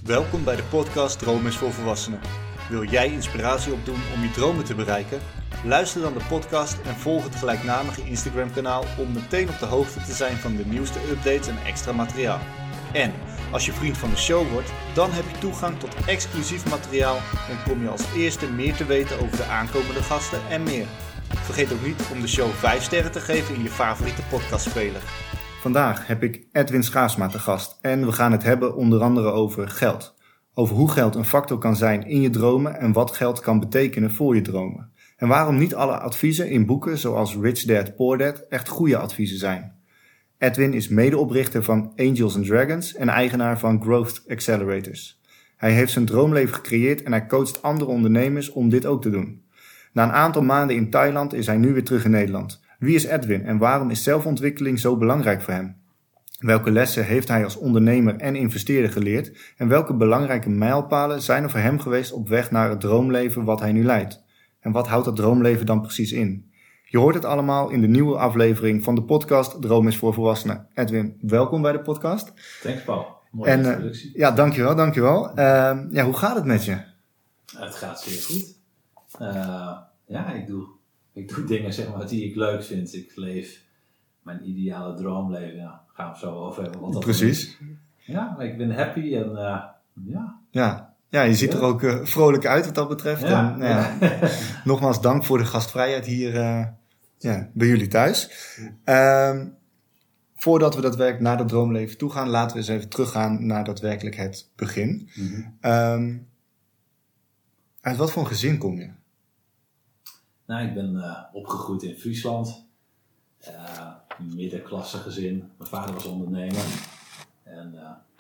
Welkom bij de podcast Droom is voor Volwassenen. Wil jij inspiratie opdoen om je dromen te bereiken? Luister dan de podcast en volg het gelijknamige Instagram kanaal om meteen op de hoogte te zijn van de nieuwste updates en extra materiaal. En als je vriend van de show wordt, dan heb je toegang tot exclusief materiaal en kom je als eerste meer te weten over de aankomende gasten en meer. Vergeet ook niet om de show 5 sterren te geven in je favoriete podcastspeler. Vandaag heb ik Edwin Schaafsma te gast en we gaan het hebben onder andere over geld. Over hoe geld een factor kan zijn in je dromen en wat geld kan betekenen voor je dromen. En waarom niet alle adviezen in boeken zoals Rich Dad Poor Dad echt goede adviezen zijn. Edwin is medeoprichter van Angels and Dragons en eigenaar van Growth Accelerators. Hij heeft zijn droomleven gecreëerd en hij coacht andere ondernemers om dit ook te doen. Na een aantal maanden in Thailand is hij nu weer terug in Nederland. Wie is Edwin en waarom is zelfontwikkeling zo belangrijk voor hem? Welke lessen heeft hij als ondernemer en investeerder geleerd? En welke belangrijke mijlpalen zijn er voor hem geweest op weg naar het droomleven wat hij nu leidt? En wat houdt dat droomleven dan precies in? Je hoort het allemaal in de nieuwe aflevering van de podcast Droom is voor Volwassenen. Edwin, welkom bij de podcast. Thanks Paul, mooie introductie. Ja, dankjewel. Hoe gaat het met je? Het gaat zeer goed. Ik doe dingen zeg maar, die ik leuk vind. Ik leef mijn ideale droomleven. Ja, gaan we het zo over hebben. Wat dat precies. Is. Ja, ik ben happy en Ja, je ziet er ook vrolijk uit wat dat betreft. Ja. En, nogmaals dank voor de gastvrijheid hier bij jullie thuis. Voordat we daadwerkelijk naar dat droomleven toe gaan, laten we eens even teruggaan naar daadwerkelijk het begin. Mm-hmm. Uit wat voor een gezin kom je? Nou, ik ben opgegroeid in Friesland. Middenklasse gezin. Mijn vader was ondernemer. En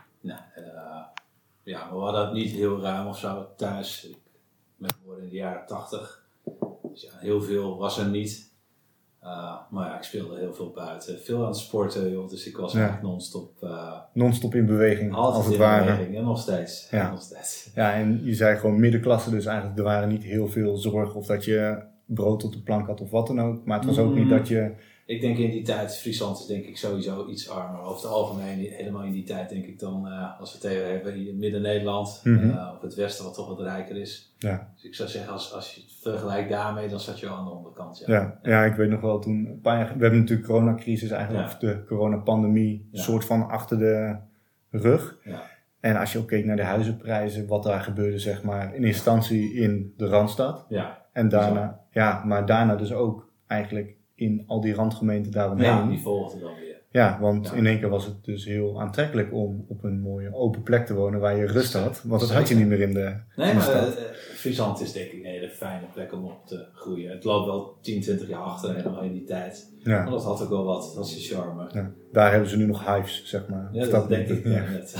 we hadden het niet heel ruim of zo thuis. Ik ben geboren in de jaren 80. Dus ja, heel veel was er niet. Maar ja, ik speelde heel veel buiten. Veel aan het sporten, joh. Dus ik was eigenlijk non-stop... non-stop in beweging, als het ware. Beweging, en nog steeds. Ja, en je zei gewoon middenklasse, dus eigenlijk er waren niet heel veel zorgen of dat je brood op de plank had of wat dan ook. Maar het was ook niet dat je... Ik denk in die tijd, Friesland is denk ik sowieso iets armer. Over het algemeen, helemaal in die tijd denk ik dan, als we het even hebben, in Midden-Nederland, of het westen wat toch wat rijker is. Ja. Dus ik zou zeggen, als je het vergelijkt daarmee, dan zat je wel aan de onderkant. Ja, ik weet nog wel toen, een paar jaar, we hebben natuurlijk de coronacrisis eigenlijk, of de coronapandemie, soort van achter de rug. Ja. En als je ook keek naar de huizenprijzen, wat daar gebeurde zeg maar, in instantie in de Randstad. Ja. En daarna, maar daarna dus ook eigenlijk in al die randgemeenten daaromheen. Ja, die volgden dan weer. Ja, want in één keer was het dus heel aantrekkelijk om op een mooie open plek te wonen waar je rust had. Want dat had je niet meer in de stad. Friesland is denk ik een hele fijne plek om op te groeien. Het loopt wel 10, 20 jaar achter helemaal in die tijd. Ja. Maar dat had ook wel wat, dat is de charme. Ja. Daar hebben ze nu nog hives, zeg maar. Ja, dat denk ik net.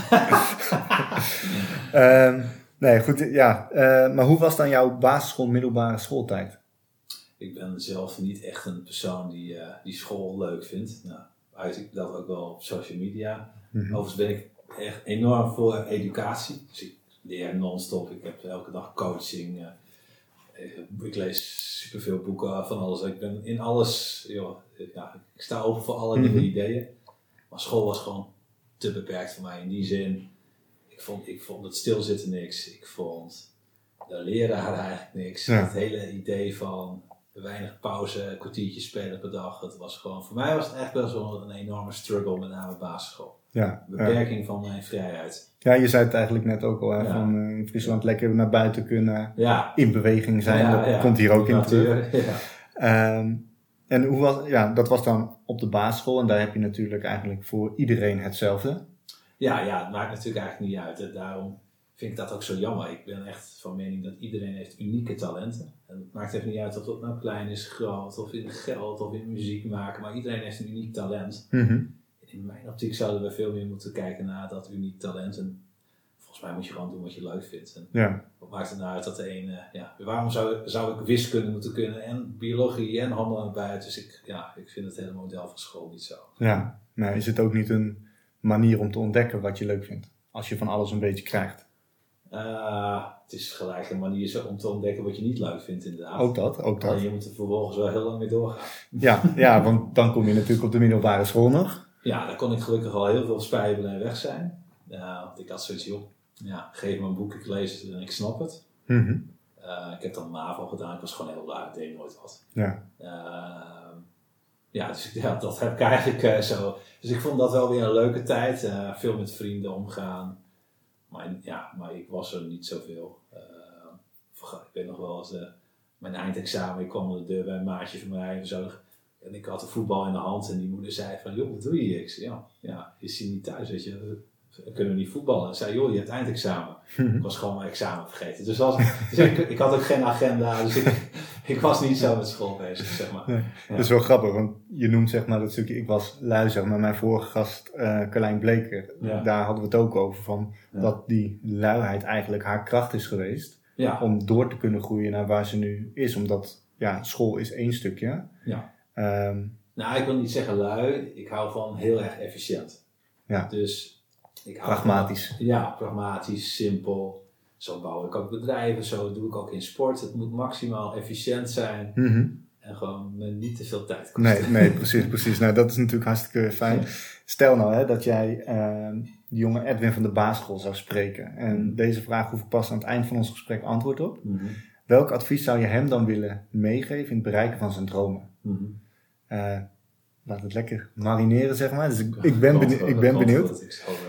Nee, goed, maar hoe was dan jouw basisschool, middelbare schooltijd? Ik ben zelf niet echt een persoon die school leuk vindt. Nou, uit ik dat ook wel op social media. Mm-hmm. Overigens ben ik echt enorm voor educatie. Dus ik leer non-stop. Ik heb elke dag coaching. Ik lees superveel boeken van alles. Ik ben in alles... ik sta open voor alle nieuwe ideeën. Maar school was gewoon te beperkt voor mij. In die zin, ik vond het stilzitten niks. Ik vond de leraar eigenlijk niks. Ja. Het hele idee van... weinig pauze, kwartiertjes spelen per dag. Het was gewoon, voor mij was het echt best wel een enorme struggle met name basisschool. Ja, beperking van mijn vrijheid. Ja, je zei het eigenlijk net ook al, van in Friesland lekker naar buiten kunnen, in beweging zijn. Dat komt hier ook in terug. En hoe was, dat was dan op de basisschool en daar heb je natuurlijk eigenlijk voor iedereen hetzelfde. Ja, het maakt natuurlijk eigenlijk niet uit. Daarom vind ik dat ook zo jammer. Ik ben echt van mening dat iedereen heeft unieke talenten. En het maakt even niet uit of dat nou klein is, groot, of in geld, of in muziek maken. Maar iedereen heeft een uniek talent. Mm-hmm. In mijn optiek zouden we veel meer moeten kijken naar dat uniek talent. En volgens mij moet je gewoon doen wat je leuk vindt. En wat maakt het nou uit dat de ene... waarom zou ik wiskunde moeten kunnen en biologie en handel en buiten? Dus ik vind het hele model van school niet zo. Ja, maar is het ook niet een manier om te ontdekken wat je leuk vindt? Als je van alles een beetje krijgt. Het is gelijk een manier om te ontdekken wat je niet leuk vindt inderdaad. Ook dat. En je moet er vervolgens wel heel lang mee doorgaan. Ja, want dan kom je natuurlijk op de middelbare school nog. Ja, daar kon ik gelukkig al heel veel spijbelen en weg zijn. Want ik had zoiets, joh, geef me een boek, ik lees het en ik snap het. Mm-hmm. Ik heb dan MAVO gedaan, ik was gewoon heel laag, ik deed nooit wat. Dus dat heb ik eigenlijk zo. Dus ik vond dat wel weer een leuke tijd. Veel met vrienden omgaan. Maar ik was er niet zoveel. Ik weet nog wel eens mijn eindexamen. Ik kwam aan de deur bij een maatje van mij. En ik had de voetbal in de hand en die moeder zei van, joh, wat doe je hier? Ik zei, is hij niet thuis, weet je? Kunnen we niet voetballen? En zei, joh, je hebt eindexamen. Ik was gewoon mijn examen vergeten. Dus ik had ook geen agenda, dus ik was niet zo met school bezig, zeg maar. Nee, dat is wel grappig, want je noemt zeg maar dat stukje, ik was lui, zeg maar, mijn vorige gast, Carlijn Bleker, daar hadden we het ook over, van dat die luiheid eigenlijk haar kracht is geweest, om door te kunnen groeien naar waar ze nu is, omdat, school is één stukje. Ja. Ik wil niet zeggen lui, ik hou van heel erg efficiënt. Ja. Dus ik hou pragmatisch. Pragmatisch, simpel. Zo bouw ik ook bedrijven, zo doe ik ook in sport. Het moet maximaal efficiënt zijn en gewoon niet te veel tijd kosten. Nee, precies. Nou, dat is natuurlijk hartstikke fijn. Stel nou dat jij de jonge Edwin van de basisschool zou spreken. En deze vraag hoef ik pas aan het eind van ons gesprek antwoord op. Welk advies zou je hem dan willen meegeven in het bereiken van zijn dromen? Laat het lekker marineren, zeg maar. Dus ik ben benieuwd.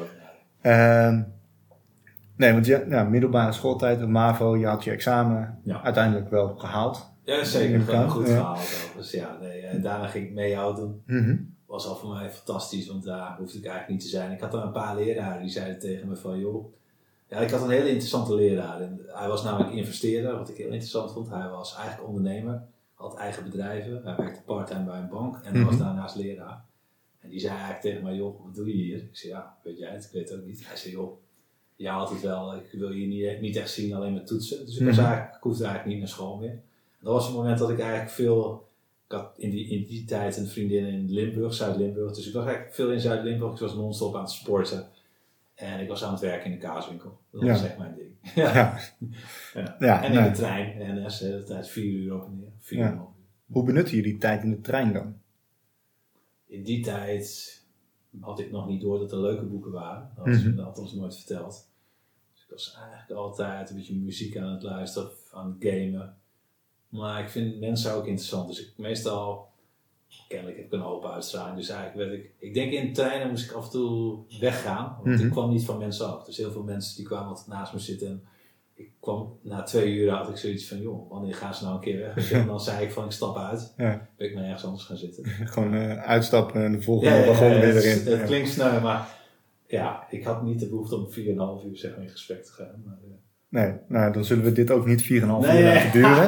Want middelbare schooltijd, MAVO, je had je examen uiteindelijk wel gehaald. Ja, zeker. Goed gehaald. Dus daarna ging ik meehouden. Was al voor mij fantastisch, want daar hoefde ik eigenlijk niet te zijn. Ik had dan een paar leraren die zeiden tegen me van, joh, ik had een hele interessante leraar. En hij was namelijk investeerder, wat ik heel interessant vond. Hij was eigenlijk ondernemer, had eigen bedrijven. Hij werkte parttime bij een bank en hij was daarnaast leraar. En die zei eigenlijk tegen mij, joh, wat doe je hier? Ik zei, weet jij het? Ik weet het ook niet. Hij zei, joh, je haalt het wel. Ik wil je niet echt zien alleen met toetsen. Dus ik hoefde eigenlijk niet naar school meer. En dat was het moment dat ik eigenlijk veel... Ik had in die tijd een vriendin in Limburg, Zuid-Limburg. Dus ik was eigenlijk veel in Zuid-Limburg. Ik was non-stop aan het sporten. En ik was aan het werken in de kaaswinkel. Dat was echt mijn ding. En in de trein. NS, de hele tijd 4 uur op en neer. 4,5 uur. Hoe benutte je die tijd in de trein dan? In die tijd had ik nog niet door dat er leuke boeken waren. Dat had ons nooit verteld. Dus ik was eigenlijk altijd een beetje muziek aan het luisteren, aan het gamen. Maar ik vind mensen ook interessant. Dus kennelijk heb ik een open uitstraling. Dus eigenlijk ik denk in treinen moest ik af en toe weggaan. Want ik kwam niet van mensen af. Dus heel veel mensen die kwamen altijd naast me zitten. En ik kwam na 2 uur had ik zoiets van, joh, wanneer gaan ze nou een keer weg? En dan zei ik van, ik stap uit. Ben ik maar ergens anders gaan zitten. Gewoon uitstappen en de volgende wagon weer erin. Het klinkt snel, maar ik had niet de behoefte om 4,5 uur zeg maar, in gesprek te gaan. Maar, nee, nou dan zullen we dit ook niet 4,5 uur laten duren.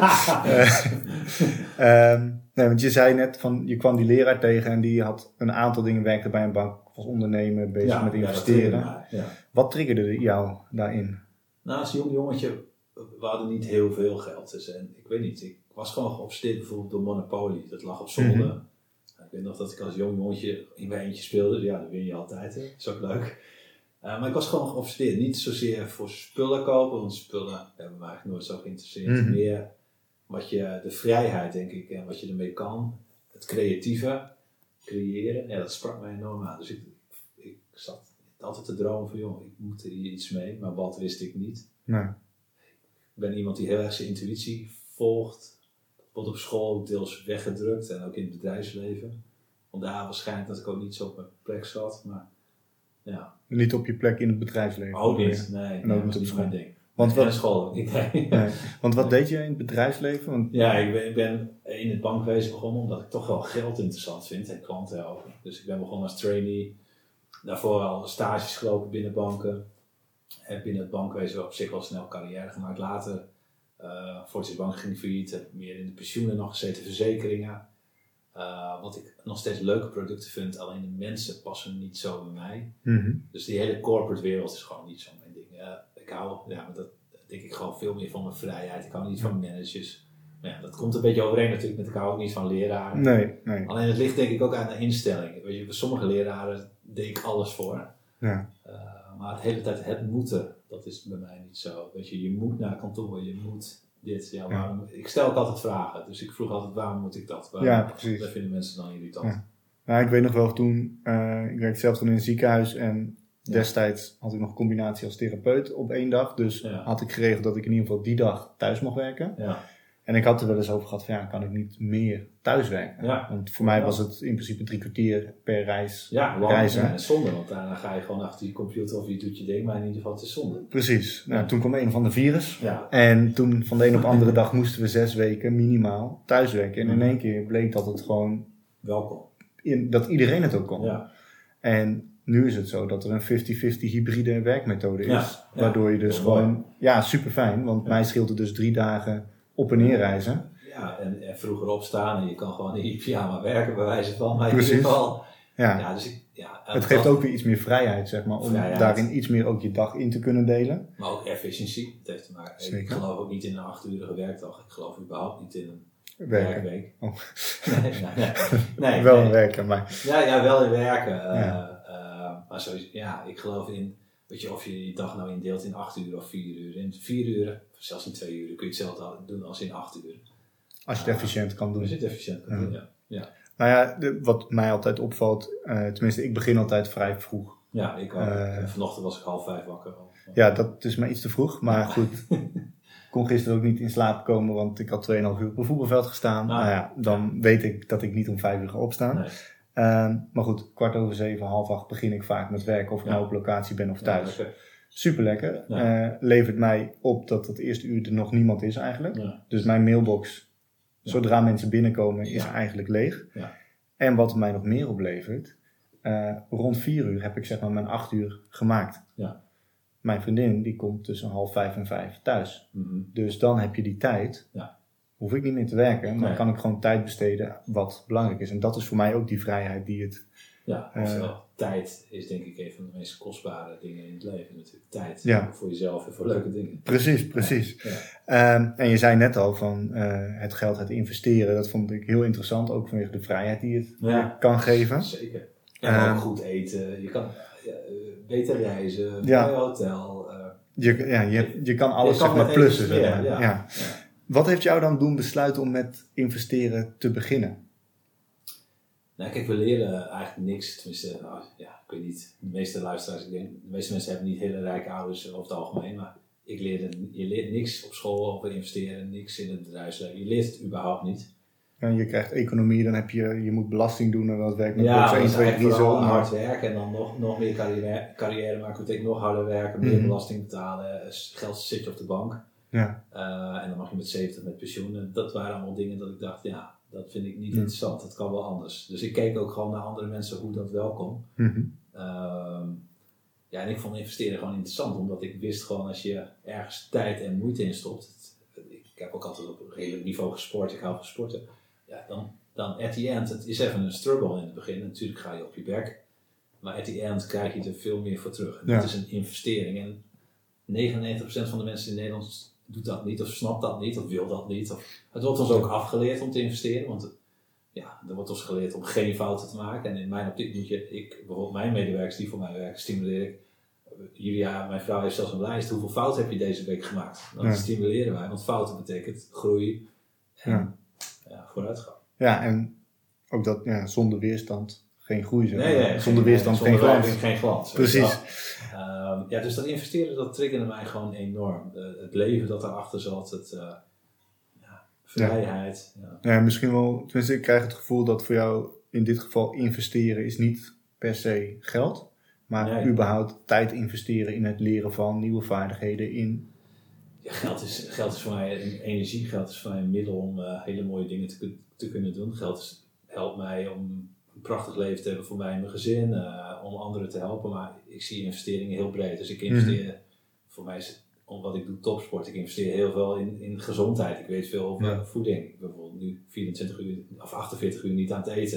Want je zei net van, je kwam die leraar tegen en die had een aantal dingen, werkte bij een bank, was ondernemer, bezig met investeren. Wat triggerde jou daarin? Nou, als jong jongetje, we hadden niet heel veel geld. Dus, en ik weet niet, ik was gewoon geobsedeerd bijvoorbeeld door Monopoly. Dat lag op zolder. Ik weet nog dat ik als jong jongetje in mijn eentje speelde. Ja, dat win je altijd. Hè. Dat is ook leuk. Maar ik was gewoon geobsedeerd. Niet zozeer voor spullen kopen, want spullen hebben me eigenlijk nooit zo geïnteresseerd. Meer de vrijheid, denk ik, en wat je ermee kan. Het creatieve, creëren. Ja, dat sprak mij enorm aan. Dus ik zat altijd te dromen van, joh, ik moet hier iets mee. Maar wat wist ik niet. Nee. Ik ben iemand die heel erg zijn intuïtie volgt. Wordt op school deels weggedrukt en ook in het bedrijfsleven. Vandaar waarschijnlijk dat ik ook niet zo op mijn plek zat. Maar ja. Niet op je plek in het bedrijfsleven? Ook niet, nee. Dat was niet mijn ding. Want school ook niet. Nee. Want wat deed je in het bedrijfsleven? Ik ben in het bankwezen begonnen omdat ik toch wel geld interessant vind en klanten helpen. Dus ik ben begonnen als trainee. Daarvoor al stages gelopen binnen banken. Heb binnen het bankwezen op zich wel snel carrière gemaakt. Later, Fortis Bank ging failliet. Heb meer in de pensioenen nog gezeten, verzekeringen. Wat ik nog steeds leuke producten vind, alleen de mensen passen niet zo bij mij. Dus die hele corporate wereld is gewoon niet zo mijn ding. Ik hou, dat denk ik gewoon veel meer van mijn vrijheid. Ik hou niet van managers. Ja, dat komt een beetje overeen natuurlijk met ik hou ook niet van leraren. Nee. Alleen het ligt denk ik ook aan de instelling. Weet je, bij sommige leraren deed ik alles voor. Ja. Maar de hele tijd het moeten, dat is bij mij niet zo. Weet je moet naar kantoor, je moet dit. Ja, waarom? Ik stel ook altijd vragen. Dus ik vroeg altijd, waarom moet ik dat? Precies. Dat vinden mensen dan irritant. Ja. Nou, ik weet nog wel toen, ik werkte zelf toen in een ziekenhuis en Destijds had ik nog een combinatie als therapeut op 1 dag. Dus had ik geregeld dat ik in ieder geval die dag thuis mocht werken. Ja. En ik had er wel eens over gehad van kan ik niet meer thuis werken? Ja. Want voor mij was het in principe 3 kwartier per reis reizen. Ja, zonde, want daarna ga je gewoon achter je computer of je doet je ding, maar in ieder geval het is zonde. Precies. Nou, toen kwam een of ander virus. Ja. En toen van de een op de andere dag moesten we 6 weken minimaal thuis werken. En in één keer bleek dat het gewoon... Welkom. Dat iedereen het ook kon. Ja. En nu is het zo dat er een 50-50 hybride werkmethode is. Waardoor je dus gewoon... Ja, super fijn. Want mij scheelt het dus 3 dagen op en neer reizen. Ja, en vroeger opstaan en je kan gewoon in je pyjama werken bij wijze van. Maar in ieder geval... Dus het geeft ook weer iets meer vrijheid, zeg maar. Om daarin iets meer ook je dag in te kunnen delen. Maar ook efficiëntie. Het heeft te maken. Ik geloof ook niet in een 8-urige werkdag. Ik geloof überhaupt niet in een werkweek. Oh. Nee, wel in werken, maar... Ja, wel in werken. Maar sowieso, ik geloof in... Weet je, of je je dag nou indeelt in 8 uur of 4 uur. In 4 uur, zelfs in 2 uur, kun je hetzelfde doen als in 8 uur. Als je het efficiënt kan doen. Als je het efficiënt kan doen, ja. Nou ja, wat mij altijd opvalt, tenminste ik begin altijd vrij vroeg. Ja, ik ook. Vanochtend was ik 4:30 wakker. Ja, dat is maar iets te vroeg, maar goed. Ik kon gisteren ook niet in slaap komen, want ik had 2,5 uur op een voetbalveld gestaan. Dan weet ik dat ik niet om 5 uur ga opstaan. Nee. Maar goed, 7:15, 7:30 begin ik vaak met werken, of ik nou op locatie ben of thuis. Ja, super lekker. Ja. Levert mij op dat het eerste uur er nog niemand is eigenlijk. Ja. Dus mijn mailbox, zodra mensen binnenkomen, is eigenlijk leeg. Ja. En wat mij nog meer oplevert, rond 4 uur heb ik zeg maar mijn 8 uur gemaakt. Ja. Mijn vriendin die komt tussen 4:30 en 5 thuis. Mm-hmm. Dus dan heb je die tijd. Ja. Hoef ik niet meer te werken, maar kan ik gewoon tijd besteden wat belangrijk is. En dat is voor mij ook die vrijheid die het... tijd is denk ik een van de meest kostbare dingen in het leven natuurlijk. Tijd voor jezelf en voor leuke dingen. Precies. Ja. En je zei net al van het geld, het investeren, dat vond ik heel interessant. Ook vanwege de vrijheid die het kan geven. Zeker. En ook goed eten. Je kan beter reizen, bij een hotel. Je kan alles zeg maar plussen. Ja. Wat heeft jou dan doen besluiten om met investeren te beginnen? Nou kijk, we leren eigenlijk niks. Tenminste, ik weet niet. De meeste luisteraars, ik denk, de meeste mensen hebben niet hele rijke ouders over het algemeen. Maar je leert niks op school over investeren, niks in het bedrijfsleven. Je leert het überhaupt niet. Ja, je krijgt economie, dan heb je moet belasting doen en dat werkt met 1, 2, 3 zo. Hard werken en dan nog meer carrière maken. Dat betekent nog harder werken, meer belasting betalen, geld zit je op de bank. Ja. En dan mag je met 70 met pensioen. En dat waren allemaal dingen dat ik dacht, dat vind ik niet interessant. Dat kan wel anders. Dus ik keek ook gewoon naar andere mensen hoe dat wel kon. Mm-hmm. En ik vond investeren gewoon interessant. Omdat ik wist gewoon als je ergens tijd en moeite in stopt. Ik heb ook altijd op een redelijk niveau gesport. Ik hou van sporten. Ja, dan at the end, het is even een struggle in het begin. Natuurlijk ga je op je bek. Maar at the end krijg je er veel meer voor terug. En dat is een investering. En 99% van de mensen in Nederland doet dat niet, of snapt dat niet, of wil dat niet. Het wordt ons ook afgeleerd om te investeren, want er wordt ons geleerd om geen fouten te maken. En in mijn optiek moet bijvoorbeeld mijn medewerkers die voor mij werken, stimuleer ik. Julia, mijn vrouw, heeft zelfs een lijst. Hoeveel fouten heb je deze week gemaakt? Dan stimuleren wij, want fouten betekent groei en vooruitgang. Ja, en ook dat zonder weerstand geen groei. Zonder weerstand geen glans. Geen glans. Precies. Dus dat investeren, dat triggerde mij gewoon enorm. Het leven dat erachter zat, vrijheid. Ja, misschien wel, tenminste ik krijg het gevoel dat voor jou in dit geval investeren is niet per se geld, maar überhaupt tijd investeren in het leren van nieuwe vaardigheden geld is voor mij energie, geld is voor mij een middel om hele mooie dingen te kunnen doen. Geld helpt mij om een prachtig leven te hebben voor mij en mijn gezin, om anderen te helpen, maar ik zie investeringen heel breed. Dus ik investeer, voor mij is het, omdat ik doe topsport, ik investeer heel veel in gezondheid. Ik weet veel over voeding. Bijvoorbeeld nu 24 uur of 48 uur niet aan het eten.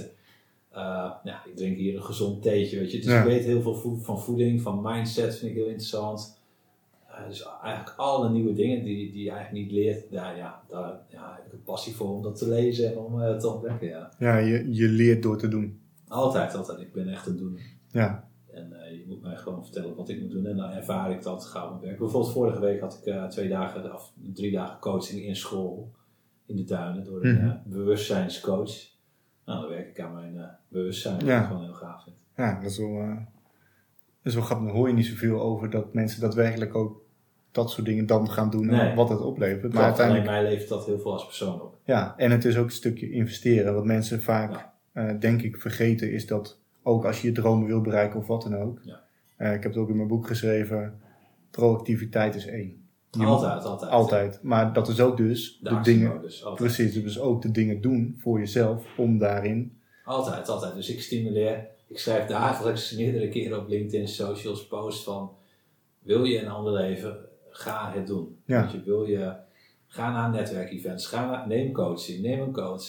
Ik drink hier een gezond theetje, weet je. Dus ik weet heel veel van voeding, van mindset vind ik heel interessant. Dus eigenlijk alle nieuwe dingen die je eigenlijk niet leert, daar heb ik een passie voor om dat te lezen en om te ontdekken. Ja, je leert door te doen. Altijd. Ik ben echt een doener. Ja. En je moet mij gewoon vertellen wat ik moet doen en dan ervaar ik dat gauw mijn werk. Bijvoorbeeld vorige week had ik 3 dagen coaching in school in de tuinen door een bewustzijnscoach. Nou, dan werk ik aan mijn bewustzijn, wat ik gewoon heel gaaf vind. Ja, dat is wel is wel grappig, dan hoor je niet zoveel over dat mensen daadwerkelijk ook dat soort dingen dan gaan doen en wat het oplevert. Maar uiteindelijk mij levert dat heel veel als persoon op. Ja, en het is ook een stukje investeren. Wat mensen vaak, denk ik, vergeten is dat ook als je je dromen wil bereiken of wat dan ook. Ja. Ik heb het ook in mijn boek geschreven, proactiviteit is 1. Altijd. Maar dat is ook dus de dingen, precies, dus ook de dingen doen voor jezelf om daarin. Altijd. Dus ik stimuleer, ik schrijf dagelijks meerdere keren op LinkedIn socials post van, wil je een ander leven, ga het doen. Ja. Ga naar netwerkevents, neem coaching, neem een coach,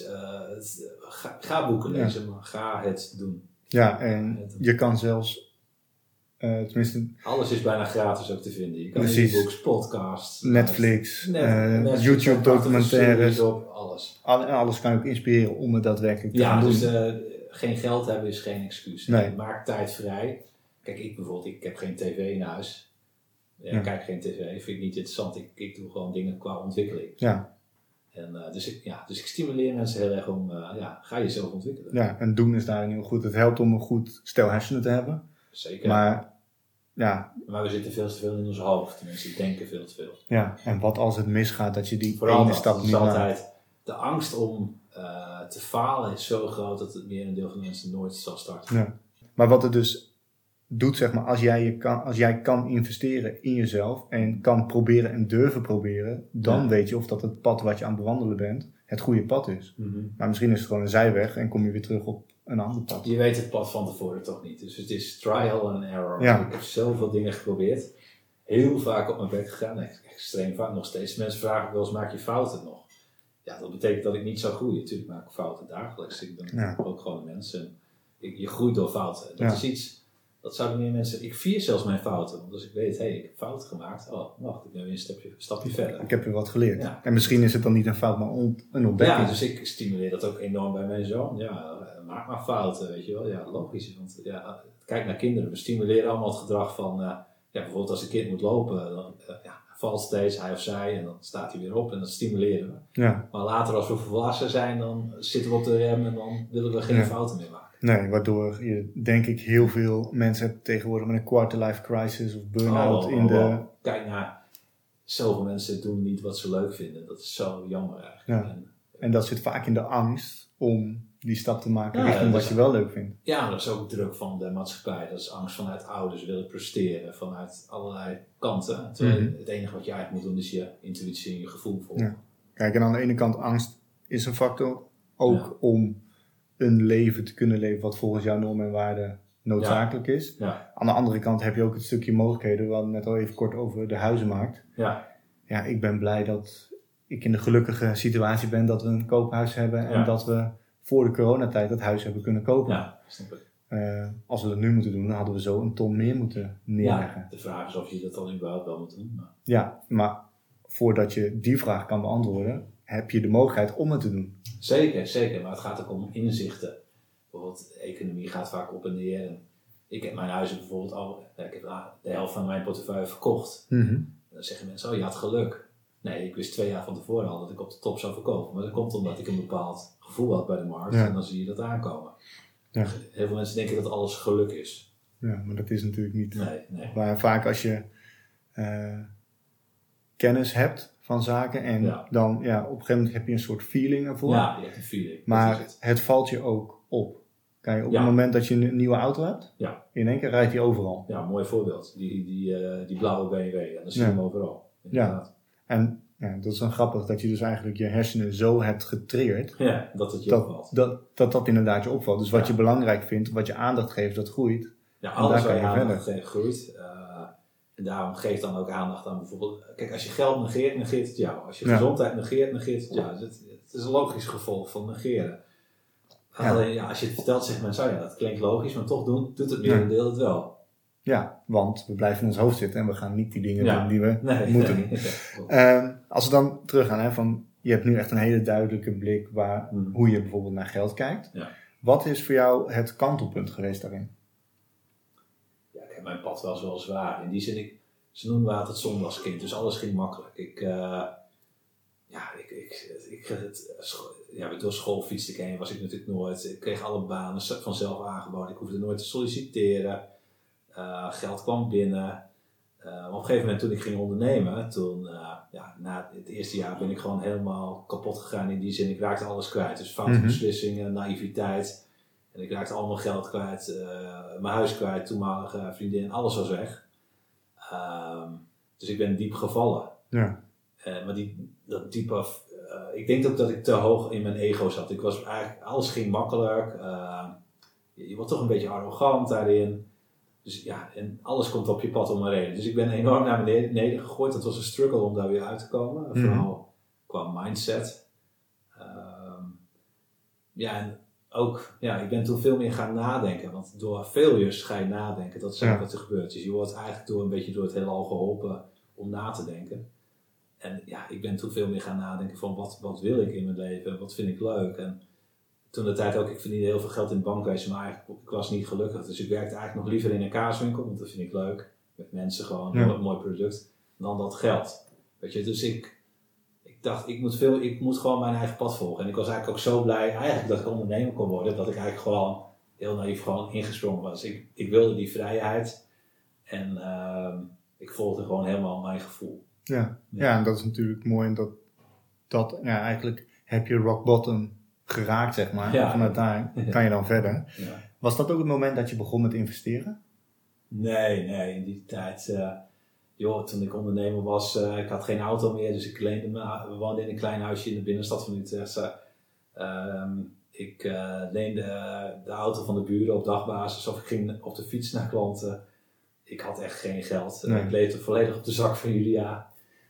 ga boeken lezen, maar ga het doen. Ja, en je kan zelfs, tenminste... Alles is bijna gratis ook te vinden. Je kan e-books, podcasts, Netflix, YouTube documentaires, alles. Alles kan je ook inspireren om het daadwerkelijk te gaan doen. Dus geen geld hebben is geen excuus. Nee. Maak tijd vrij. Kijk, ik heb geen tv in huis. Ik kijk geen tv, vind ik niet interessant. Ik doe gewoon dingen qua ontwikkeling. Ja. En, dus ik stimuleer mensen heel erg om, ga jezelf ontwikkelen. Ja, en doen is daarin heel goed. Het helpt om een goed stel hersenen te hebben. Zeker. Maar we zitten veel te veel in ons hoofd. Mensen denken veel te veel. Ja, en wat als het misgaat, dat je die ene stap niet maakt. De angst om te falen is zo groot dat het merendeel van de mensen nooit zal starten. Ja. Maar wat het dus doet, zeg maar, als jij kan investeren in jezelf en kan proberen en durven proberen, dan weet je of dat het pad wat je aan het bewandelen bent, het goede pad is. Mm-hmm. Maar misschien is het gewoon een zijweg en kom je weer terug op een ander pad. Je weet het pad van tevoren toch niet. Dus het is trial and error. Ja. Ik heb zoveel dingen geprobeerd. Heel vaak op mijn bek gegaan. Extreem vaak nog steeds. Mensen vragen wel eens, maak je fouten nog? Ja, dat betekent dat ik niet zou groeien. Natuurlijk maak ik fouten dagelijks. Ik ben ook gewoon een mens. En je groeit door fouten. Dat is iets... Dat zouden meer mensen... Ik vier zelfs mijn fouten. Want als ik weet, ik heb fouten gemaakt. Oh, wacht, ik ben weer een stapje verder. Ik heb weer wat geleerd. Ja. En misschien is het dan niet een fout, maar een ontdekking. Ja, dus ik stimuleer dat ook enorm bij mijn zoon. Ja, maak maar fouten, weet je wel. Ja, logisch. Want kijk naar kinderen. We stimuleren allemaal het gedrag van... bijvoorbeeld als een kind moet lopen, dan valt steeds hij of zij en dan staat hij weer op en dat stimuleren we. Ja. Maar later als we volwassen zijn, dan zitten we op de rem en dan willen we geen fouten meer maken. Nee, waardoor je denk ik heel veel mensen hebt tegenwoordig met een quarter-life crisis of burn-out Kijk naar, zoveel mensen doen niet wat ze leuk vinden. Dat is zo jammer eigenlijk. Ja. En dat zit vaak in de angst om die stap te maken richting wat je wel leuk vindt. Ja, maar dat is ook druk van de maatschappij. Dat is angst vanuit ouders willen presteren, vanuit allerlei kanten. Terwijl het enige wat je eigenlijk moet doen is je intuïtie en je gevoel volgen. Ja. Kijk, en aan de ene kant angst is een factor ook om een leven te kunnen leven wat volgens jouw normen en waarden noodzakelijk is. Ja. Aan de andere kant heb je ook het stukje mogelijkheden. We hadden net al even kort over de huizenmarkt. Ja, ik ben blij dat ik in de gelukkige situatie ben dat we een koophuis hebben en dat we voor de coronatijd dat huis hebben kunnen kopen. Ja, snap ik. Als we dat nu moeten doen, dan hadden we zo een ton meer moeten neerleggen. Ja, de vraag is of je dat dan überhaupt wel moet doen. Maar... Ja, maar voordat je die vraag kan beantwoorden, heb je de mogelijkheid om het te doen. Zeker. Maar het gaat ook om inzichten. Bijvoorbeeld, de economie gaat vaak op en neer. En ik heb mijn huizen bijvoorbeeld al... Ik heb de helft van mijn portefeuille verkocht. Mm-hmm. En dan zeggen mensen, je had geluk. Nee, ik wist 2 jaar van tevoren al dat ik op de top zou verkopen. Maar dat komt omdat ik een bepaald gevoel had bij de markt. En dan zie je dat aankomen. Ja. Heel veel mensen denken dat alles geluk is. Ja, maar dat is natuurlijk niet. Nee. Maar vaak als je kennis hebt van zaken en dan op een gegeven moment heb je een soort feeling ervoor. Ja, je hebt een feeling. Maar het valt je ook op. Kijk, op het moment dat je een nieuwe auto hebt, in één keer rijdt die overal. Ja, mooi voorbeeld. Die blauwe BMW, en dan zie je hem overal. Inderdaad. Ja, en dat is dan grappig dat je dus eigenlijk je hersenen zo hebt getriggerd. Ja, dat het je opvalt. Dat inderdaad je opvalt. Dus wat je belangrijk vindt, wat je aandacht geeft, dat groeit. Ja, alles waar je aandacht geeft, groeit. En daarom geef dan ook aandacht aan bijvoorbeeld... Kijk, als je geld negeert, negeert het jou. Als je gezondheid negeert, negeert het jou. Het is een logisch gevolg van negeren. Alleen, als je het vertelt, zegt mensen, dat klinkt logisch, maar toch doet het merendeel het wel. Ja, want we blijven in ons hoofd zitten en we gaan niet die dingen doen die we moeten doen. Als we dan teruggaan, van je hebt nu echt een hele duidelijke blik hoe je bijvoorbeeld naar geld kijkt. Ja. Wat is voor jou het kantelpunt geweest daarin? Ja, ik heb mijn pad wel zo zwaar. In die zin, ze noemden me altijd zondagskind, dus alles ging makkelijk. Door school fietste ik heen, was ik natuurlijk nooit. Ik kreeg alle banen vanzelf aangeboden. Ik hoefde nooit te solliciteren. Geld kwam binnen. Op een gegeven moment toen ik ging ondernemen, na het eerste jaar ben ik gewoon helemaal kapot gegaan in die zin. Ik raakte alles kwijt. Dus foute beslissingen, naïviteit. En ik raakte al mijn geld kwijt, mijn huis kwijt, toenmalige vriendin, alles was weg. Dus ik ben diep gevallen. Ja. Maar dat diepe, ik denk ook dat ik te hoog in mijn ego zat. Ik was eigenlijk, alles ging makkelijk. Je wordt toch een beetje arrogant daarin. Dus ja, en alles komt op je pad om een reden. Dus ik ben enorm naar beneden gegooid. Dat was een struggle om daar weer uit te komen. Vooral qua mindset. En ook, ik ben toen veel meer gaan nadenken. Want door failures ga je nadenken. Dat is ook wat er gebeurt. Dus je wordt eigenlijk een beetje door het heelal geholpen om na te denken. En ik ben toen veel meer gaan nadenken van wat wil ik in mijn leven? Wat vind ik leuk? En toen de tijd ook, ik verdiende heel veel geld in het bankwezen, maar eigenlijk, ik was niet gelukkig. Dus ik werkte eigenlijk nog liever in een kaaswinkel, want dat vind ik leuk. Met mensen gewoon, een mooi product, dan dat geld. Weet je, dus ik dacht, ik moet gewoon mijn eigen pad volgen. En ik was eigenlijk ook zo blij, eigenlijk dat ik ondernemer kon worden, dat ik eigenlijk gewoon heel naïef gewoon ingesprongen was. Ik wilde die vrijheid en ik volgde gewoon helemaal mijn gevoel. Ja, en dat is natuurlijk mooi. En dat eigenlijk heb je rock bottom geraakt, zeg maar. Ja. Vanuit daar kan je dan verder. Ja. Was dat ook het moment dat je begon met investeren? Nee, in die tijd... toen ik ondernemer was, ik had geen auto meer, dus ik leende me. We woonden in een klein huisje in de binnenstad van Utrecht. Ik leende de auto van de buren op dagbasis of ik ging op de fiets naar klanten. Ik had echt geen geld. Nee. Ik leefde volledig op de zak van Julia.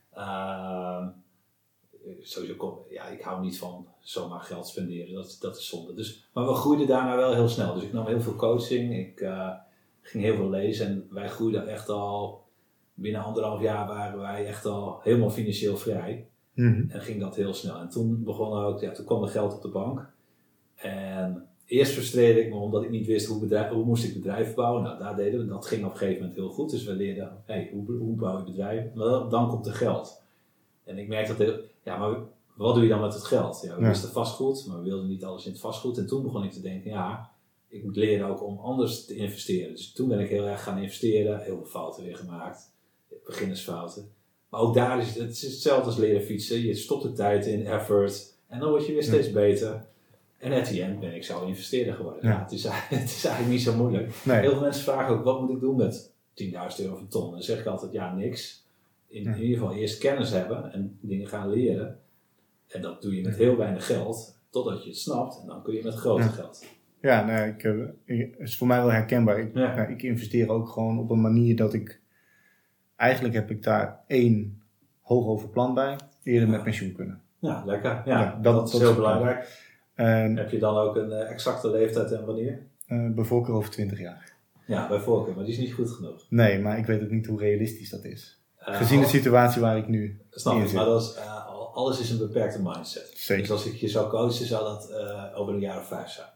Sowieso ik hou niet van zomaar geld spenderen, dat is zonde. Dus, maar we groeiden daarna wel heel snel. Dus ik nam heel veel coaching, ik ging heel veel lezen en wij groeiden echt al, binnen 1,5 jaar waren wij echt al helemaal financieel vrij. En ging dat heel snel. En toen begon ook, toen kwam er geld op de bank. En eerst frustreerde ik me omdat ik niet wist hoe moest ik bedrijven bouwen. Nou, daar deden we, dat ging op een gegeven moment heel goed. Dus we leerden, hoe bouw je bedrijven? Maar dan komt er geld. En ik merkte dat, maar wat doe je dan met het geld? We wisten vastgoed, maar we wilden niet alles in het vastgoed. En toen begon ik te denken, ik moet leren ook om anders te investeren. Dus toen ben ik heel erg gaan investeren, heel veel fouten weer gemaakt. Beginnersfouten. Maar ook daar is het hetzelfde als leren fietsen. Je stopt de tijd in, effort. En dan word je weer steeds beter. En at the end ben ik zo investeerder geworden. Ja. Het is eigenlijk niet zo moeilijk. Nee. Heel veel mensen vragen ook, wat moet ik doen met €10.000 of een ton? Dan zeg ik altijd, niks. In ieder geval eerst kennis hebben en dingen gaan leren. En dat doe je met heel weinig geld, totdat je het snapt. En dan kun je met groter geld. Ja, het is voor mij wel herkenbaar. Ik investeer ook gewoon op een manier dat ik... Eigenlijk heb ik daar 1 hoogover plan bij. Eerder met pensioen kunnen. Ja, lekker. Ja, dat is heel belangrijk. Heb je dan ook een exacte leeftijd en wanneer? Bij voorkeur over 20 jaar. Ja, bij voorkeur, maar die is niet goed genoeg. Nee, maar ik weet ook niet hoe realistisch dat is. Gezien de situatie waar ik nu snap ik, maar dat is, alles is een beperkte mindset. Zeker. Dus als ik je zou coachen, zou dat over een jaar of 5 zijn.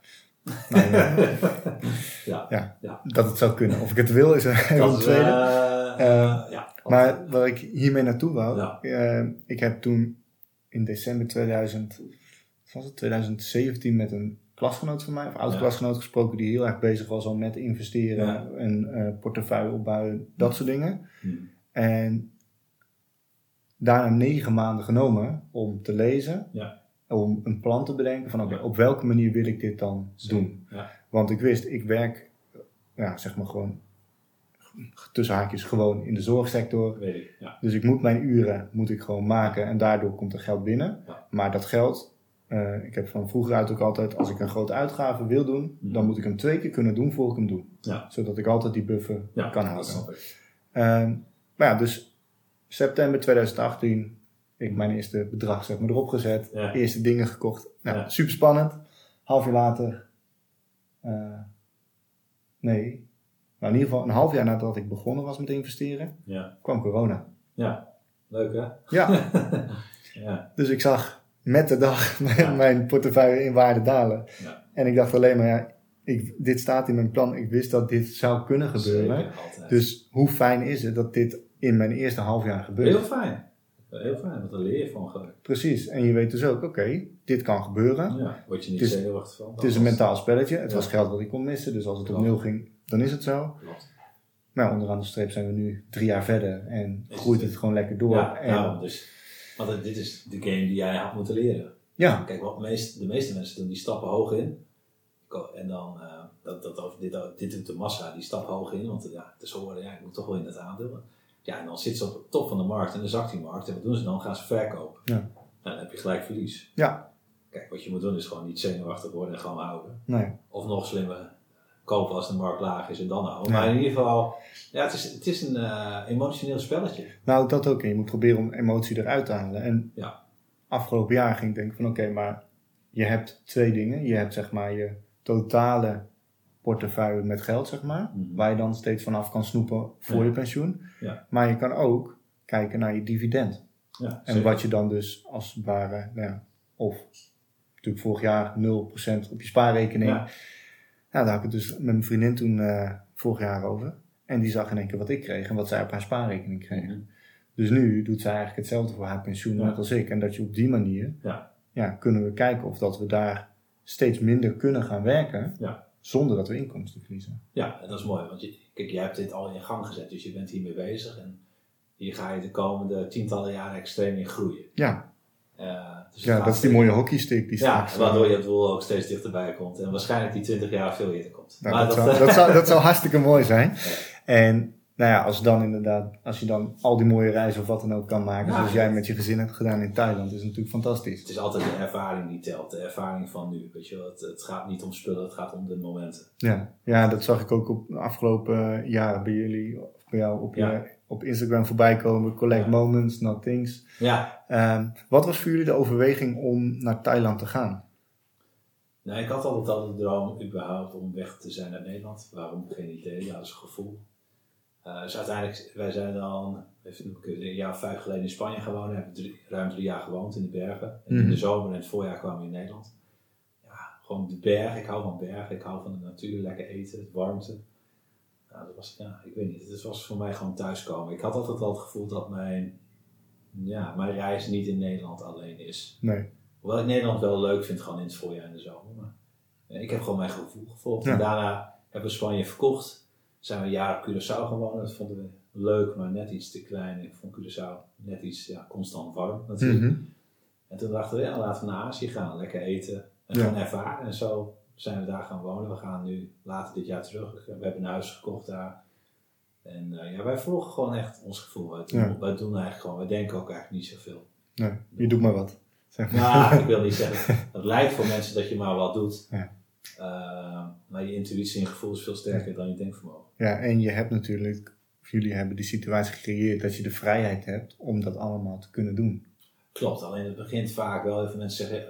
Dat het zou kunnen. Of ik het wil, is een tweede. Maar waar ik hiermee naartoe wou, ik heb toen in december 2017 met een klasgenoot van mij, of oud-klasgenoot gesproken, die heel erg bezig was al met investeren en portefeuille opbouwen, dat soort dingen. En daarna 9 maanden genomen om te lezen, om een plan te bedenken van op welke manier wil ik dit dan doen. Ja. Want ik wist, ik werk, zeg maar gewoon, tussen haakjes gewoon in de zorgsector. Weet ik, ja. Dus ik moet mijn uren gewoon maken en daardoor komt er geld binnen. Ja. Maar dat geld, ik heb van vroeger uit ook altijd, als ik een grote uitgave wil doen, dan moet ik hem 2 keer kunnen doen voor ik hem doe. Ja. Zodat ik altijd die buffer kan houden. Dus september 2018, ik mijn eerste bedrag erop gezet, eerste dingen gekocht. Super spannend. Half jaar later, maar in ieder geval een half jaar nadat ik begonnen was met investeren, kwam corona. Ja, leuk hè? Ja. Dus ik zag met de dag mijn portefeuille in waarde dalen. Ja. En ik dacht alleen maar, dit staat in mijn plan. Ik wist dat dit zou kunnen gebeuren. Zeker, dus hoe fijn is het dat dit in mijn eerste half jaar gebeurt? Heel fijn, want daar leer je van gelukkig. Precies, en je weet dus ook, dit kan gebeuren. Ja, word je niet zenuwachtig van. Het is een mentaal spelletje. Het was geld wat ik kon missen, dus als het op 0 ging, dan is het zo. Klopt. Maar onderaan de streep zijn we nu 3 jaar verder en groeit het gewoon lekker door. Ja, want dit is de game die jij had moeten leren. Ja. Kijk, de meeste mensen doen die stappen hoog in. En dan, dit doet de massa, die stap hoog in. Want het is horen, ik moet toch wel in het aandeel. Ja, en dan zit ze op de top van de markt en dan zakt die markt. En wat doen ze dan? Gaan ze verkopen. Ja. Nou, dan heb je gelijk verlies. Ja. Kijk, wat je moet doen is gewoon niet zenuwachtig worden en gewoon houden. Nee. Of nog slimmer kopen als de markt laag is en dan houden. Maar in ieder geval, het is een emotioneel spelletje. Nou, dat ook. En je moet proberen om emotie eruit te halen. En afgelopen jaar ging ik denken van oké, maar je hebt 2 dingen. Je hebt zeg maar je totale portefeuille met geld, zeg maar. Mm-hmm. Waar je dan steeds vanaf kan snoepen voor je pensioen. Ja. Maar je kan ook kijken naar je dividend. Ja, en wat je dan dus als het ware, of natuurlijk vorig jaar 0% op je spaarrekening. Ja. Daar had ik het dus met mijn vriendin toen vorig jaar over. En die zag in één keer wat ik kreeg en wat zij op haar spaarrekening kreeg. Mm-hmm. Dus nu doet zij eigenlijk hetzelfde voor haar pensioen net als ik. En dat je op die manier, kunnen we kijken of dat we daar steeds minder kunnen gaan werken. Ja. Zonder dat we inkomsten verliezen. Ja, en dat is mooi. Want jij hebt dit al in gang gezet. Dus je bent hiermee bezig. En hier ga je de komende tientallen jaren extreem in groeien. Ja. Dus dat is die mooie hockeystick die straks... waardoor je het doel ook steeds dichterbij komt. En waarschijnlijk die 20 jaar veel eerder komt. Nou, maar dat zou hartstikke mooi zijn. Ja. En als je dan al die mooie reizen of wat dan ook kan maken, zoals jij met je gezin hebt gedaan in Thailand, is het natuurlijk fantastisch. Het is altijd de ervaring die telt, de ervaring van nu. Weet je wel, het gaat niet om spullen, het gaat om de momenten. Ja, dat zag ik ook op de afgelopen jaren bij jullie, of bij jou op Instagram voorbij komen. Collect moments, not things. Ja. Wat was voor jullie de overweging om naar Thailand te gaan? Nou, ik had altijd al de droom überhaupt om weg te zijn uit Nederland. Waarom? Geen idee, dat is een gevoel. Dus uiteindelijk, wij zijn dan een jaar of 5 geleden in Spanje gewoond. Hebben ruim 3 jaar gewoond in de bergen. En in de zomer en het voorjaar kwamen we in Nederland. Ja, gewoon de bergen. Ik hou van bergen. Ik hou van de natuur. Lekker eten. Het warmte. Nou, dat was, ik weet niet. Het was voor mij gewoon thuiskomen. Ik had altijd al het gevoel dat mijn reis niet in Nederland alleen is. Nee. Hoewel ik Nederland wel leuk vind, gewoon in het voorjaar en de zomer. Maar ik heb gewoon mijn gevoel gevolgd. Ja. En daarna hebben we Spanje verkocht. Zijn we een jaar op Curaçao gewoond. Dat vonden we leuk, maar net iets te klein. Ik vond Curaçao net iets constant warm natuurlijk. Mm-hmm. En toen dachten we, laten we naar Azië gaan. Lekker eten en gewoon ervaren. En zo zijn we daar gaan wonen. We gaan nu later dit jaar terug. We hebben een huis gekocht daar. En wij volgen gewoon echt ons gevoel. Wij doen eigenlijk gewoon, wij denken ook eigenlijk niet zoveel. Nee, je doet maar wat. Nou, ik wil niet zeggen. Het lijkt voor mensen dat je maar wat doet. Ja. Maar je intuïtie en gevoel is veel sterker dan je denkvermogen. Ja, en je hebt natuurlijk, of jullie hebben die situatie gecreëerd dat je de vrijheid hebt om dat allemaal te kunnen doen. Klopt, alleen het begint vaak wel even mensen zeggen,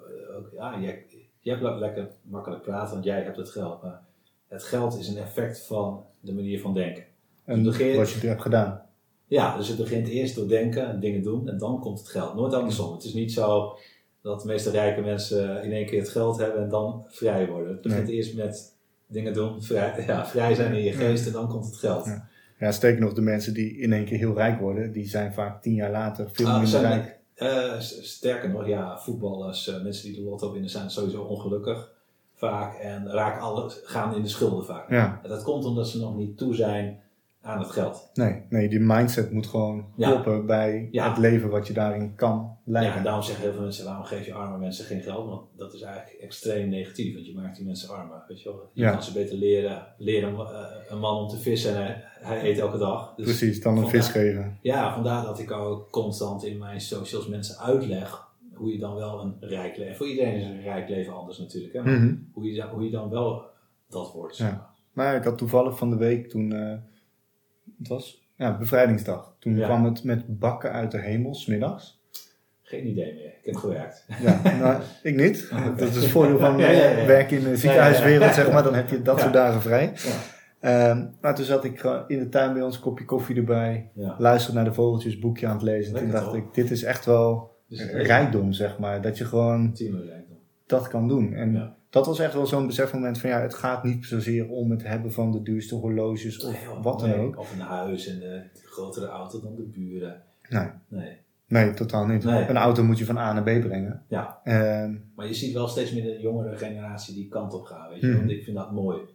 je hebt lekker makkelijk praten, want jij hebt het geld. Maar het geld is een effect van de manier van denken. En dus wat je hebt gedaan. Ja, dus het begint eerst door denken en dingen doen en dan komt het geld. Nooit andersom. Het is niet zo dat de meeste rijke mensen in één keer het geld hebben en dan vrij worden. Het begint eerst met dingen doen, vrij zijn in je geest en dan komt het geld. Ja, sterker nog, de mensen die in één keer heel rijk worden, die zijn vaak 10 jaar later veel minder rijk. Sterker nog, voetballers, mensen die de lotto winnen zijn sowieso ongelukkig vaak en gaan in de schulden vaak. Ja. En dat komt omdat ze nog niet toe zijn aan het geld. Nee, die mindset moet gewoon kloppen bij het leven wat je daarin kan leiden. Ja, daarom zeggen heel veel mensen, waarom geef je arme mensen geen geld? Want dat is eigenlijk extreem negatief, want je maakt die mensen armer. Weet je wel? Je kan ze beter leren een man om te vissen en hij eet elke dag. Dus precies, dan een vis geven. Ja, vandaar dat ik ook constant in mijn socials mensen uitleg hoe je dan wel een rijk leven... Voor iedereen is een rijk leven anders natuurlijk, hè? Maar hoe je dan wel dat wordt. Ja. Maar ik had toevallig van de week toen... het was bevrijdingsdag. Toen kwam het met bakken uit de hemel, 's middags. Geen idee meer. Ik heb gewerkt. Ja, nou, ik niet. Dat is het voordeel van werken in de ziekenhuiswereld, zeg maar. Dan heb je dat soort dagen vrij. Ja. Maar toen zat ik in de tuin bij ons, kopje koffie erbij. Ja. Luisterde naar de vogeltjes, boekje aan het lezen. En toen dacht ik, dit is echt wel rijkdom, zeg maar. Dat je gewoon dat kan doen. En dat was echt wel zo'n besefmoment van het gaat niet zozeer om het hebben van de duurste horloges of wat dan ook. Of een huis en de grotere auto dan de buren. Nee, totaal niet. Nee. Een auto moet je van A naar B brengen. Ja. Maar je ziet wel steeds meer de jongere generatie die kant op gaan. Weet je? Want ik vind dat mooi.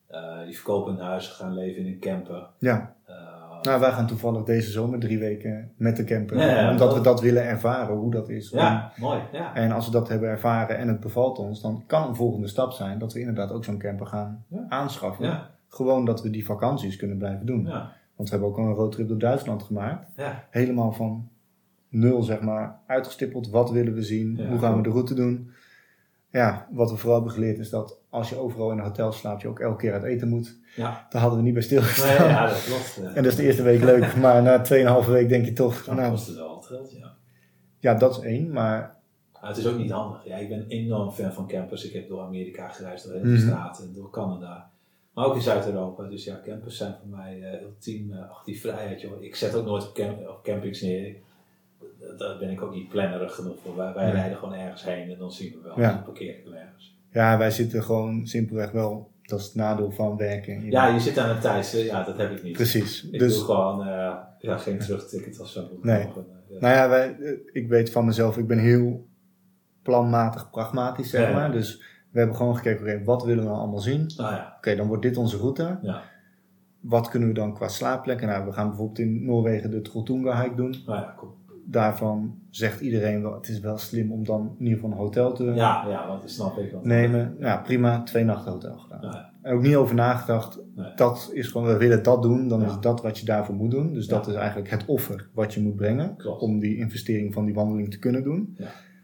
Die verkopen hun huis, gaan leven in een camper. Ja. Nou, wij gaan toevallig deze zomer 3 weken met de camper. Omdat we dat willen ervaren, hoe dat is. Ja, mooi. Ja. En als we dat hebben ervaren en het bevalt ons, dan kan een volgende stap zijn dat we inderdaad ook zo'n camper gaan aanschaffen. Ja. Gewoon dat we die vakanties kunnen blijven doen. Ja. Want we hebben ook al een roadtrip door Duitsland gemaakt. Ja. Helemaal van 0, zeg maar, uitgestippeld. Wat willen we zien? Hoe gaan we de route doen? Ja, wat we vooral hebben geleerd is dat als je overal in een hotel slaapt, je ook elke keer uit eten moet. Ja. Daar hadden we niet bij stilgestaan. Ja, dat klopt. En dat is de eerste week leuk, maar na 2,5 week denk je toch... Dat kost het wel wat geld, ja. Ja, dat is 1, maar... Het is ook niet handig. Ja, ik ben enorm fan van campers. Ik heb door Amerika gereisd, door heel veel staten, door Canada. Maar ook in Zuid-Europa. Dus ja, campers zijn voor mij ultiem. Die vrijheid, joh. Ik zet ook nooit op campings neer. Daar ben ik ook niet plannerig genoeg voor. Wij rijden gewoon ergens heen en dan zien we wel. Dan parkeer ik hem ergens. Ja, wij zitten gewoon simpelweg wel. Dat is het nadeel van werken. Ja, je zit aan het thuis. Ja, dat heb ik niet. Precies. Ik doe gewoon geen terugticket of zo. Nee. Nou ja, ik weet van mezelf, ik ben heel planmatig, pragmatisch, zeg maar. Dus we hebben gewoon gekeken, wat willen we nou allemaal zien? Oké, dan wordt dit onze route. Ja. Wat kunnen we dan qua slaapplekken? Nou, we gaan bijvoorbeeld in Noorwegen de Trolltunga hike doen. Cool. Daarvan zegt iedereen wel, het is wel slim om dan in ieder geval een hotel te want dat snap ik wel. Nemen. Ja, prima, 2 nachten hotel gedaan. Ja. En ook niet over nagedacht. Nee. Dat is gewoon, we willen dat doen, dan is dat wat je daarvoor moet doen. Dus dat is eigenlijk het offer wat je moet brengen. Klopt. Om die investering van die wandeling te kunnen doen.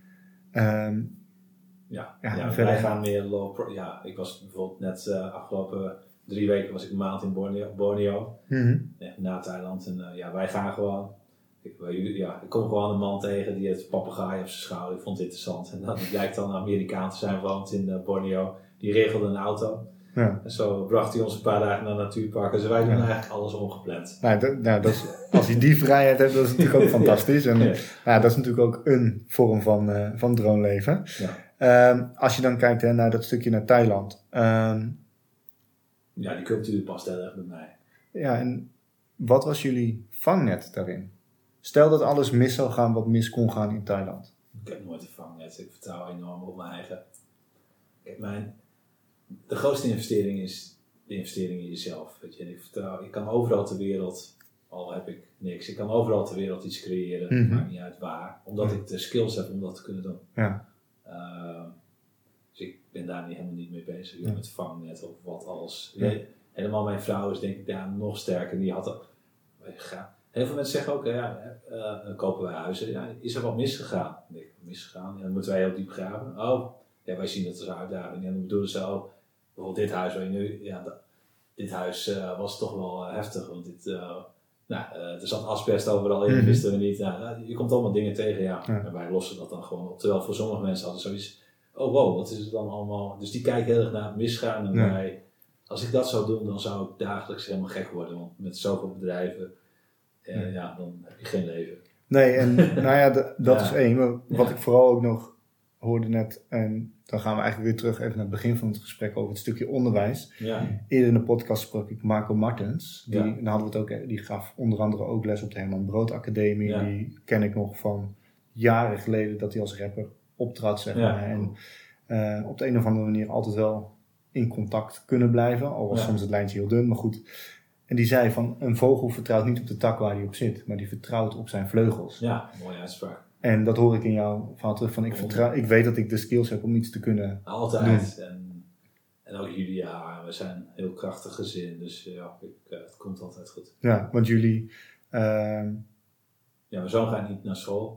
Wij gaan meer low. Ik was bijvoorbeeld net afgelopen 3 weken was ik een maand in Borneo. Na Thailand. En wij gaan gewoon. Ik kom gewoon een man tegen die heeft papegaai op zijn schouder. Ik vond het interessant. En dan blijkt dan een Amerikaan te zijn, woont in Borneo. Die regelde een auto. Ja. En zo bracht hij ons een paar dagen naar natuurparken. Dus wij doen eigenlijk alles ongepland. Als je die vrijheid hebt, dat is natuurlijk ook fantastisch. En dat is natuurlijk ook een vorm van droomleven. Ja. Als je dan kijkt naar dat stukje naar Thailand. Die cultuur past heel erg bij mij. Ja, en wat was jullie vangnet daarin? Stel dat alles mis zou gaan wat mis kon gaan in Thailand. Ik heb nooit een vangnet. Ik vertrouw enorm op mijn eigen. Kijk, de grootste investering is de investering in jezelf. Weet je? En ik kan overal ter wereld, al heb ik niks, ik kan overal ter wereld iets creëren. Maakt niet uit waar. Omdat ik de skills heb om dat te kunnen doen. Ja. Dus ik ben daar helemaal niet mee bezig. Met vangnet of wat alles. Ja. Helemaal mijn vrouw is denk ik daar nog sterker. Die had ook. Heel veel mensen zeggen ook, dan kopen wij huizen. Ja, is er wat misgegaan? Nee, misgegaan? Ja, dan moeten wij heel diep graven. Wij zien dat als een uitdaging. En dan bedoelen ze ook, bijvoorbeeld dit huis waar je nu, dit huis was toch wel heftig. Want er zat asbest overal in, wisten we niet. Je komt allemaal dingen tegen, En wij lossen dat dan gewoon op. Terwijl voor sommige mensen hadden zoiets, wat is het dan allemaal? Dus die kijken heel erg naar het misgaan. En wij, als ik dat zou doen, dan zou ik dagelijks helemaal gek worden. Want met zoveel bedrijven, dan heb je geen leven. Nee, en dat is één. Wat ik vooral ook nog hoorde net, en dan gaan we eigenlijk weer terug even naar het begin van het gesprek over het stukje onderwijs. Ja. Eerder in de podcast sprak ik Marco Martens. Dan hadden we het ook, die gaf onder andere ook les op de Herman Brood Academie. Ja. Die ken ik nog van jaren geleden dat hij als rapper optrad, zeg maar. En op de een of andere manier altijd wel in contact kunnen blijven. Al was soms het lijntje heel dun, maar goed. En die zei van, een vogel vertrouwt niet op de tak waar hij op zit, maar die vertrouwt op zijn vleugels. Ja, mooie uitspraak. En dat hoor ik in jouw verhaal terug van, ik weet dat ik de skills heb om iets te kunnen altijd doen. En ook Julia, we zijn een heel krachtig gezin, dus het komt altijd goed. Ja, want jullie... mijn zoon gaat niet naar school.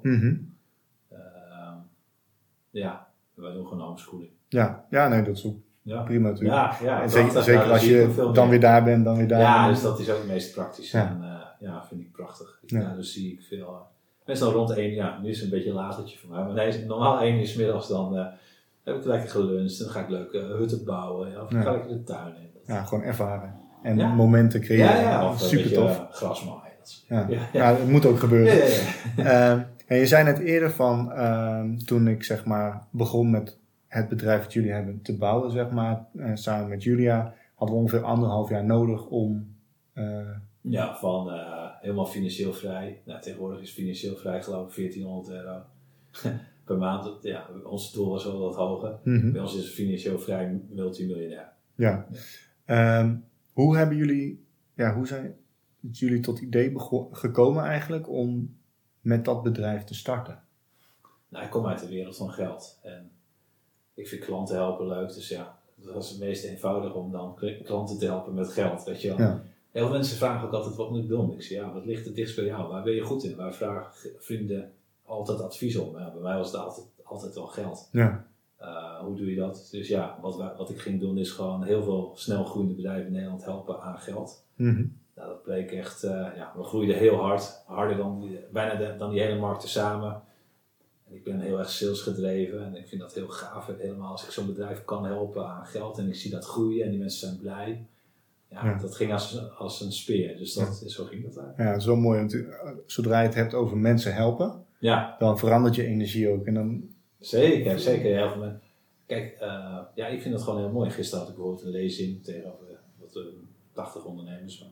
Wij doen gewoon homeschooling. Ja, nee, dat is ook prima natuurlijk. En zeker als je dan weer daar bent, dan weer daar. Ja, dus dat is ook het meest praktisch. En vind ik prachtig. Dus zie ik veel... meestal rond 1, nu is het een beetje een latertje voor mij. Maar normaal 1 uur 's middags dan heb ik lekker geluncht. Dan ga ik leuke hutten bouwen. Of ga ik in de tuin in. Gewoon ervaren. En momenten creëren. Of super tof. Gras maaien. Het moet ook gebeuren. En je zei net eerder van, toen ik zeg maar begon met het bedrijf dat jullie hebben te bouwen, zeg maar, samen met Julia, hadden we ongeveer 1,5 jaar nodig om... van helemaal financieel vrij. Tegenwoordig is financieel vrij geloof ik €1400 per maand. Ons doel was wel wat hoger. Bij ons is financieel vrij multimiljonair. Ja. Hoe hebben jullie, hoe zijn jullie tot het idee gekomen eigenlijk om met dat bedrijf te starten? Nou, ik kom uit de wereld van geld. En ik vind klanten helpen leuk. Dus dat was het meest eenvoudig om dan klanten te helpen met geld. Weet je wel. Ja. Heel veel mensen vragen ook altijd, wat moet ik doen? Ik zeg, wat ligt het dichtst bij jou? Waar ben je goed in? Waar vragen vrienden altijd advies om? Bij mij was het altijd wel geld. Ja. Hoe doe je dat? Dus wat ik ging doen is gewoon heel veel snel groeiende bedrijven in Nederland helpen aan geld. Mm-hmm. Nou, dat bleek echt, we groeiden heel hard. Harder dan die hele markt tezamen. En ik ben heel erg salesgedreven en ik vind dat heel gaaf. Helemaal als ik zo'n bedrijf kan helpen aan geld en ik zie dat groeien en die mensen zijn blij. Ja. Dat ging als een speer. Dus zo ging dat eigenlijk. Ja, dat is wel mooi. Want zodra je het hebt over mensen helpen, dan verandert je energie ook. En dan... Zeker. Heel veel mensen. Kijk, ik vind dat gewoon heel mooi. Gisteren had ik bijvoorbeeld een lezing tegenover 80 ondernemers.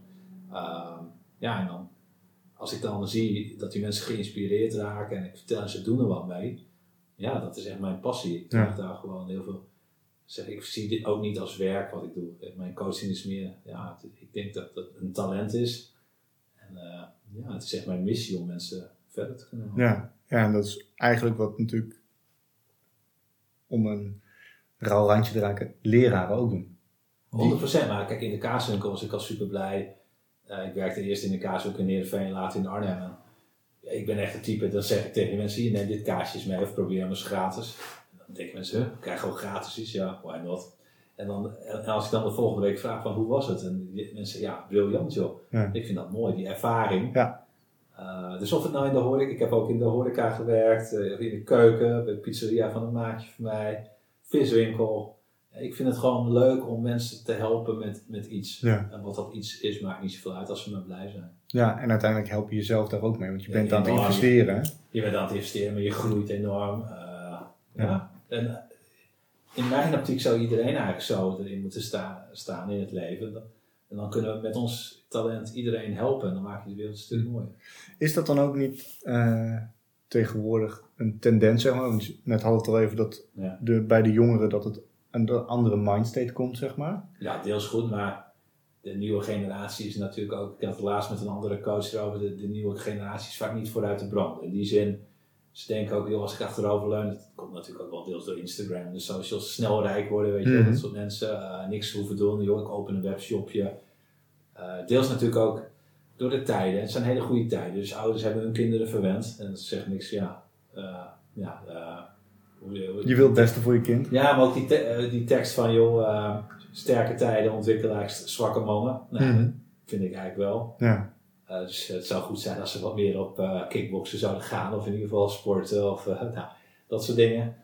En dan, als ik dan zie dat die mensen geïnspireerd raken en ik vertel en ze doen er wat mee. Ja, dat is echt mijn passie. Ik krijg daar gewoon heel veel... Ik zie dit ook niet als werk wat ik doe. Mijn coaching is meer... ik denk dat het een talent is. En het is echt mijn missie om mensen verder te kunnen helpen. Ja, en dat is eigenlijk wat natuurlijk... om een rauw randje te raken, leraren ook doen. 100%, maar kijk, in de kaaswinkel was ik al super blij. Ik werkte eerst in de kaaswinkel in Heerenveen, later in Arnhem. En, ik ben echt een type, dan zeg ik tegen mensen, neem dit kaasjes mee of probeer hem eens gratis. En dan denken mensen, ik krijg gewoon gratis iets, why not? En als ik dan de volgende week vraag van hoe was het? En die mensen, briljant joh. Ja. Ik vind dat mooi, die ervaring. Ja. Dus of het nou in de horeca, ik heb ook in de horeca gewerkt, in de keuken, bij de pizzeria van een maatje van mij, viswinkel. Ik vind het gewoon leuk om mensen te helpen met iets. Ja. En wat dat iets is, maakt niet zoveel uit als ze maar blij zijn. Ja, en uiteindelijk help je jezelf daar ook mee, want je bent aan het investeren. Je bent aan het investeren, maar je groeit enorm. En in mijn optiek zou iedereen eigenlijk zo erin moeten staan in het leven. En dan kunnen we met ons talent iedereen helpen en dan maak je de wereld een stuk mooier. Is dat dan ook niet tegenwoordig een tendens, zeg maar? Want net hadden we het al even dat bij de jongeren dat het een andere mindstate komt, zeg maar. Ja, deels goed, maar de nieuwe generatie is natuurlijk ook... Ik had het laatst met een andere coach erover. De nieuwe generatie is vaak niet vooruit te branden. In die zin, ze denken ook, als ik achterover leun... Dat komt natuurlijk ook wel deels door Instagram. De socials snel rijk worden, weet je wel. Dat soort mensen niks hoeven doen. Ik open een webshopje. Deels natuurlijk ook door de tijden. Het zijn hele goede tijden. Dus ouders hebben hun kinderen verwend. En dat zegt niks, je wilt het beste voor je kind. Ja, maar ook die tekst van, sterke tijden ontwikkelen eigenlijk zwakke mannen. Nou, dat vind ik eigenlijk wel. Ja. Dus het zou goed zijn als ze wat meer op kickboksen zouden gaan. Of in ieder geval sporten. Of dat soort dingen.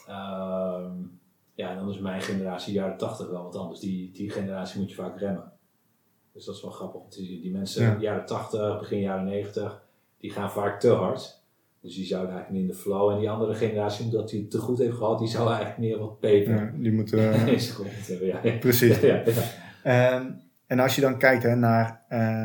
En dan is mijn generatie, jaren 80, wel wat anders. Die generatie moet je vaak remmen. Dus dat is wel grappig. Die mensen, jaren 80, begin jaren 90, die gaan vaak te hard. Dus die zouden eigenlijk meer in de flow. En die andere generatie, omdat die het te goed heeft gehad, die zou eigenlijk meer wat peper. Ja, die moeten... hebben, Precies. Ja. En als je dan kijkt naar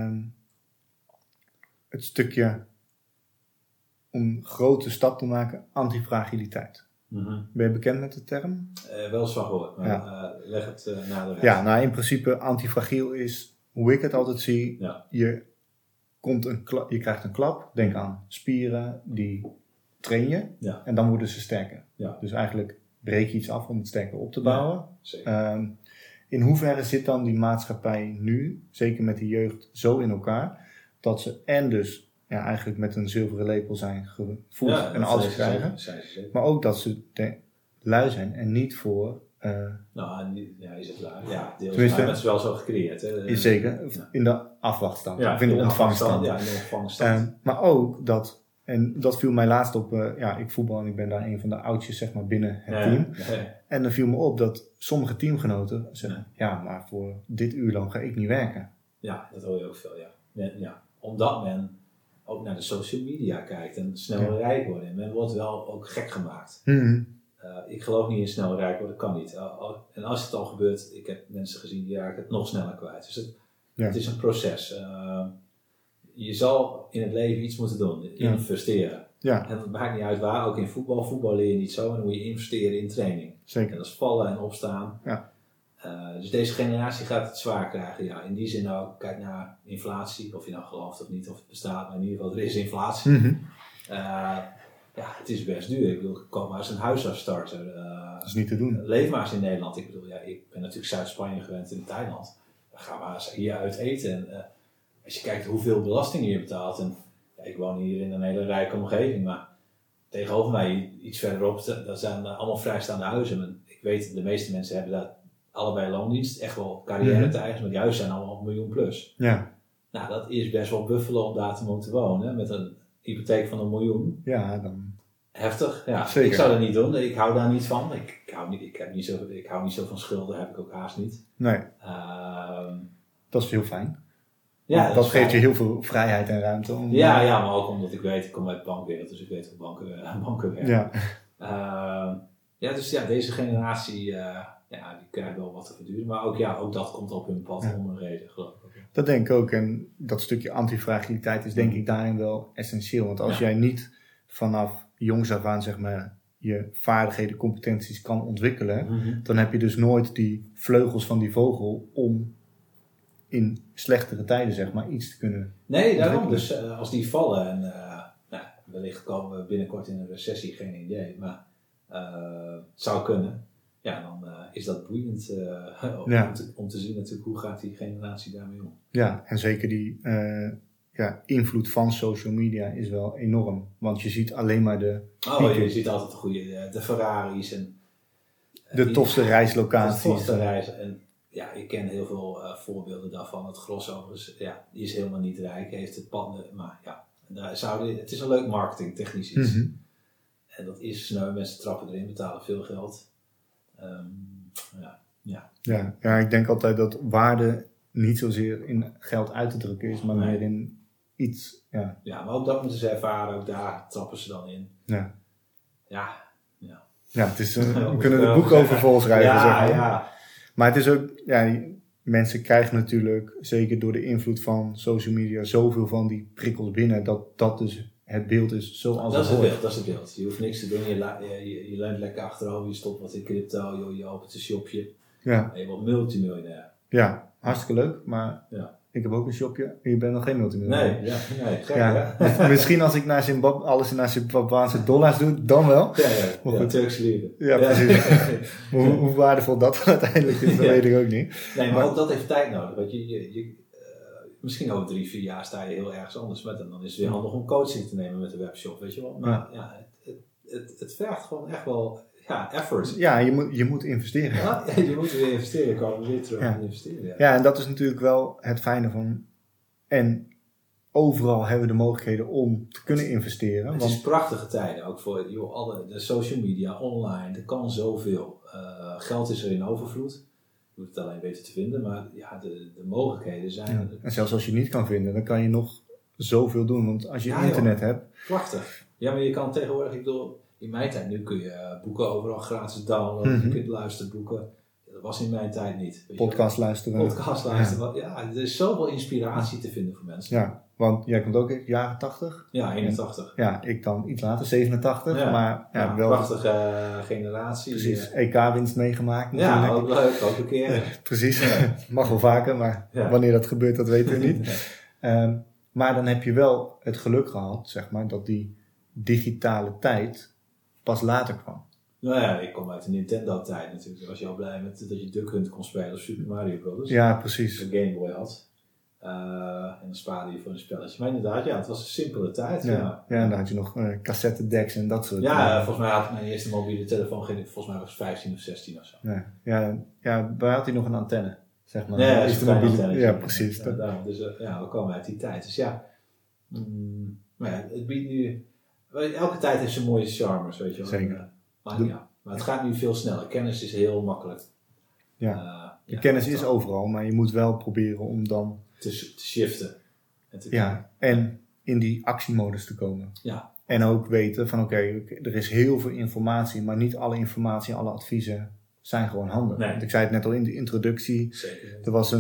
het stukje om een grote stap te maken, antifragiliteit. Mm-hmm. Ben je bekend met de term? Wel eens van gehoord, maar leg het nader uit. Ja, nou in principe antifragiel is, hoe ik het altijd zie, je krijgt een klap, denk aan spieren, die train je en dan worden ze sterker. Ja. Dus eigenlijk breek je iets af om het sterker op te bouwen. Ja, in hoeverre zit dan die maatschappij nu, zeker met de jeugd, zo in elkaar, dat ze dus eigenlijk met een zilveren lepel zijn gevoed en alles krijgen, maar ook dat ze lui zijn en niet voor... is het lui? Ja, deels hebben het wel zo gecreëerd. Hè? Zeker, in de afwachtstand, of in de ontvangststand. Ja, in de ontvangststand. Maar ook dat, en dat viel mij laatst op, ik voetbal en ik ben daar een van de oudjes zeg maar binnen het team. Ja. En dan viel me op dat sommige teamgenoten zeggen, maar voor dit uur lang ga ik niet werken. Ja, dat hoor je ook veel, Omdat men ook naar de social media kijkt en snel rijk wordt. En men wordt wel ook gek gemaakt. Mm-hmm. Ik geloof niet in snel rijk worden, dat kan niet. En als het al gebeurt, ik heb mensen gezien die raken het nog sneller kwijt. Dus het is een proces. Je zal in het leven iets moeten doen, investeren. Ja. En het maakt niet uit waar, ook in voetbal. Voetbal leer je niet zo en dan moet je investeren in training. Zeker. En dat is vallen en opstaan. Ja. Dus deze generatie gaat het zwaar krijgen. Ja, in die zin ook, kijk naar inflatie. Of je nou gelooft of niet, of het bestaat. Maar in ieder geval, er is inflatie. Mm-hmm. Het is best duur. Ik bedoel, kom maar eens een huis afstarten. Dat is niet te doen. Leef maar eens in Nederland. Ik bedoel, ik ben natuurlijk Zuid-Spanje gewend in Thailand. Dan gaan we eens hier uit eten. En als je kijkt hoeveel belasting je betaalt. En ik woon hier in een hele rijke omgeving. Maar tegenover mij, iets verderop, dat zijn allemaal vrijstaande huizen. En ik weet, de meeste mensen hebben daar allebei loondienst. Echt wel carrière-tijgers, maar die huizen zijn allemaal $1 miljoen plus. Ja. Nou, dat is best wel buffelen om daar te moeten wonen. Met een hypotheek van $1 miljoen. Ja, dan... Heftig, ja. Zeker. Ik zou dat niet doen. Ik hou daar niet van. Ik hou niet zo van schulden, heb ik ook haast niet. Nee. Dat is heel fijn. Ja, dat geeft je heel veel vrijheid en ruimte. Ja, maar ook omdat ik weet, ik kom uit de bankwereld, dus ik weet hoe banken werken. Ja. Dus deze generatie, die krijgt wel wat te verduren. Maar ook dat komt op hun pad om een reden, geloof ik. Dat denk ik ook. En dat stukje antifragiliteit is denk ik daarin wel essentieel. Want als jij niet vanaf jongs af aan, zeg maar, je vaardigheden, competenties kan ontwikkelen, dan heb je dus nooit die vleugels van die vogel om in slechtere tijden, zeg maar, iets te kunnen. Nee, daarom. Dus als die vallen en wellicht komen we binnenkort in een recessie, geen idee, maar het zou kunnen. Ja, dan is dat boeiend om te zien natuurlijk hoe gaat die generatie daarmee om. Ja, en zeker die invloed van social media is wel enorm. Want je ziet alleen maar je ziet altijd de Ferraris en de tofste reislocaties. De tofste reizen. En ik ken heel veel voorbeelden daarvan. Het gros overigens, die is helemaal niet rijk, heeft het panden, maar het is een leuk marketing, technisch iets. Mm-hmm. En dat is sneu, mensen trappen erin, betalen veel geld. Ja, ik denk altijd dat waarde niet zozeer in geld uit te drukken is, maar meer in iets. Ja. Ja, maar ook dat moeten ze ervaren, ook daar trappen ze dan in. Ja. Ja, het is, we kunnen er boek over volschrijven. Ja. Maar het is ook, mensen krijgen natuurlijk, zeker door de invloed van social media, zoveel van die prikkels binnen, dat dus het beeld is zoals het hoort. Dat is het beeld. Je hoeft niks te doen, je leunt lekker achterover, je stopt wat in crypto, je opent een shopje. Ja. En je wordt multimiljonair. Ja, hartstikke leuk, maar ik heb ook een shopje en je bent nog geen multimiljonair. Nee, gek hè? Misschien als ik alles naar Zimbabweanse dollars doe, dan wel. Ja, Turkse lira. Ja, precies. hoe waardevol dat uiteindelijk is, dat weet ik ook niet. Nee, maar ook dat heeft tijd nodig. Want misschien over 3-4 jaar sta je heel ergens anders met en dan is het weer handig om coaching te nemen met de webshop, weet je wel. Maar het vergt gewoon echt wel effort. Ja, je moet investeren. Ja, je moet weer investeren, komen weer terug en investeren. Ja, en dat is natuurlijk wel het fijne van. En overal hebben we de mogelijkheden om te kunnen investeren. Het is prachtige tijden, ook voor de social media, online, er kan zoveel. Geld is er in overvloed. Je moet het alleen weten te vinden, maar de mogelijkheden zijn er. En zelfs als je het niet kan vinden, dan kan je nog zoveel doen. Want als je internet hebt. Prachtig. Ja, maar je kan tegenwoordig, ik bedoel, in mijn tijd, nu kun je boeken overal gratis downloaden, je kunt luisterboeken. Dat was in mijn tijd niet. Podcast luisteren. Ja, er is zoveel inspiratie te vinden voor mensen. Ja, want jij komt ook in jaren 80? Ja, 81. Ja, ik dan iets later, 87. Ja, maar wel. Prachtige generatie. Precies, EK-winst meegemaakt. Ja, ook leuk, ook een keer. Precies, mag wel vaker, maar wanneer dat gebeurt, dat weten we niet. Maar dan heb je wel het geluk gehad, zeg maar, dat die digitale tijd pas later kwam. Nou ja, ik kom uit de Nintendo-tijd natuurlijk. Ik was je al blij met dat je Duck Hunt kon spelen of Super Mario Bros. Ja, precies. Een Game Boy had. En dan spaarde je voor een spelletje. Maar inderdaad, het was een simpele tijd. Ja, en dan had je nog cassettedecks en dat soort dingen. Ja, volgens mij had mijn eerste mobiele telefoon, volgens mij was 15 of 16 of zo. Ja, waar had hij nog een antenne? Zeg maar. Ja, is de mobiele antenne. Ja, precies. Dus we komen uit die tijd. Dus maar het biedt nu... Elke tijd heeft zijn mooie charmes, weet je wel. Zeker. Maar het gaat nu veel sneller. Kennis is heel makkelijk. De kennis is overal, maar je moet wel proberen om dan... Te shiften. En in die actiemodus te komen. Ja. En ook weten van oké, er is heel veel informatie, maar niet alle informatie, alle adviezen zijn gewoon handig. Nee. Want ik zei het net al in de introductie. Zeker. Er was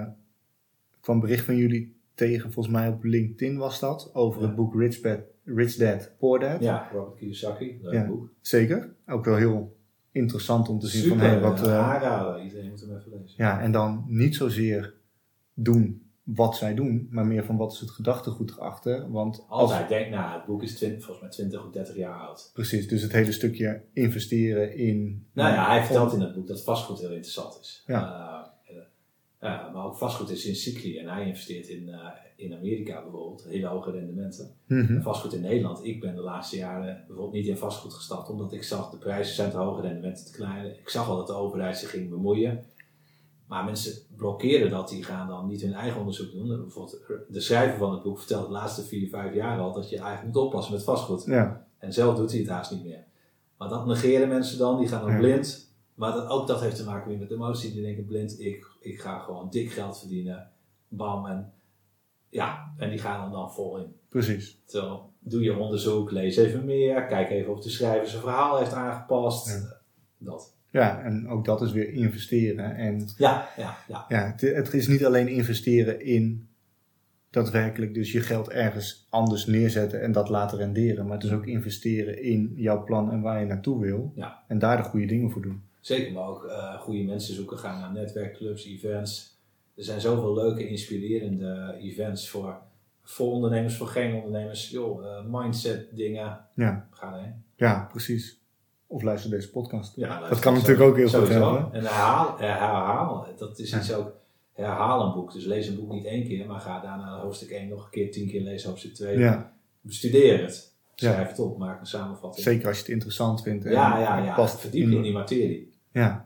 kwam bericht van jullie tegen, volgens mij op LinkedIn was dat, over het boek Rich Dad, Poor Dad. Ja, Robert Kiyosaki, leuk boek. Zeker. Ook wel heel interessant om te zien super, van hey, wat. Aanraden, iedereen moet hem even lezen. Ja, en dan niet zozeer doen wat zij doen, maar meer van wat is het gedachtegoed erachter. Want altijd denk, het boek is volgens mij 20 of 30 jaar oud. Precies, dus het hele stukje investeren in. Hij vertelt in het boek dat vastgoed heel interessant is. Ja. Maar ook vastgoed is in cycli en hij investeert in Amerika bijvoorbeeld, hele hoge rendementen. Mm-hmm. En vastgoed in Nederland, ik ben de laatste jaren bijvoorbeeld niet in vastgoed gestapt, omdat ik zag de prijzen zijn te hoog en rendementen te klein. Ik zag al dat de overheid zich ging bemoeien. Maar mensen blokkeren dat, die gaan dan niet hun eigen onderzoek doen. Bijvoorbeeld de schrijver van het boek vertelt de laatste 4-5 jaar al dat je eigenlijk moet oppassen met vastgoed. Ja. En zelf doet hij het haast niet meer. Maar dat negeren mensen dan, die gaan dan blind. Maar ook dat heeft te maken weer met emotie. Die denken blind, ik ga gewoon dik geld verdienen. Bam. En die gaan dan vol in. Precies. Zo, doe je onderzoek, lees even meer. Kijk even of de schrijver zijn verhaal heeft aangepast. Ja. Dat. Ja, en ook dat is weer investeren. En Ja. Het is niet alleen investeren in daadwerkelijk dus je geld ergens anders neerzetten en dat laten renderen. Maar het is ook investeren in jouw plan en waar je naartoe wil. Ja. En daar de goede dingen voor doen. Zeker, maar ook goede mensen zoeken, gaan naar netwerkclubs, events. Er zijn zoveel leuke, inspirerende events voor ondernemers, voor geen ondernemers. Mindset dingen. Ja. Ga erheen. Ja, precies. Of luister deze podcast. Ja, dat kan natuurlijk ook heel goed helpen. En herhaal. Dat is iets ook. Herhaal een boek. Dus lees een boek niet 1 keer, maar ga daarna hoofdstuk 1 nog een keer 10 keer lezen, hoofdstuk 2. Ja. Bestudeer het. Schrijf het op, maak een samenvatting. Zeker als je het interessant vindt. Verdiep je in die materie. Ja.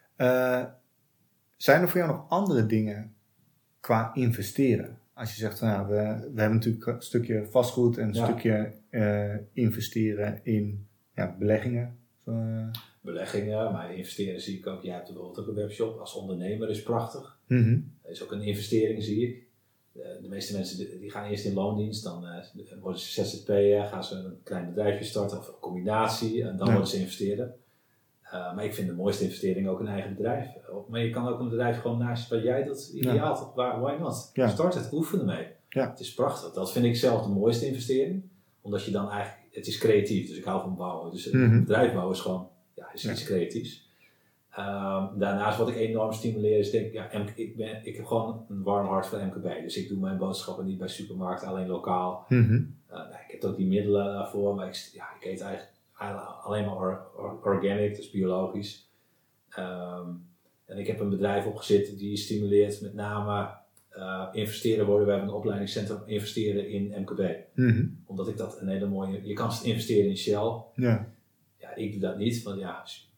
Zijn er voor jou nog andere dingen qua investeren? Als je zegt, we hebben natuurlijk een stukje vastgoed en een stukje investeren in beleggingen. Beleggingen, maar investeren zie ik ook. Jij hebt bijvoorbeeld ook een webshop. Als ondernemer is prachtig. Mm-hmm. Dat is ook een investering, zie ik. De meeste mensen die gaan eerst in loondienst, dan worden ze ZZP'er, gaan ze een klein bedrijfje starten of een combinatie en dan worden ze investeerder. Maar ik vind de mooiste investering ook een eigen bedrijf. Maar je kan ook een bedrijf gewoon naast wat jij doet, ideaal. Why not? Ja. Start het, oefen ermee. Ja. Het is prachtig. Dat vind ik zelf de mooiste investering. Omdat je dan eigenlijk, het is creatief, dus ik hou van bouwen. Dus een bedrijf bouwen is gewoon, iets creatiefs. Daarnaast wat ik enorm stimuleer is, ik heb gewoon een warm hart voor MKB. Dus ik doe mijn boodschappen niet bij supermarkten, alleen lokaal. Mm-hmm. Ik heb ook die middelen daarvoor, maar ik eet eigenlijk alleen maar organic, dus biologisch. En ik heb een bedrijf opgezet die stimuleert met name investeren worden. We hebben een opleidingscentrum investeren in MKB. Mm-hmm. Omdat ik dat een hele mooie... Je kan investeren in Shell. Ja. Ja, ik doe dat niet, want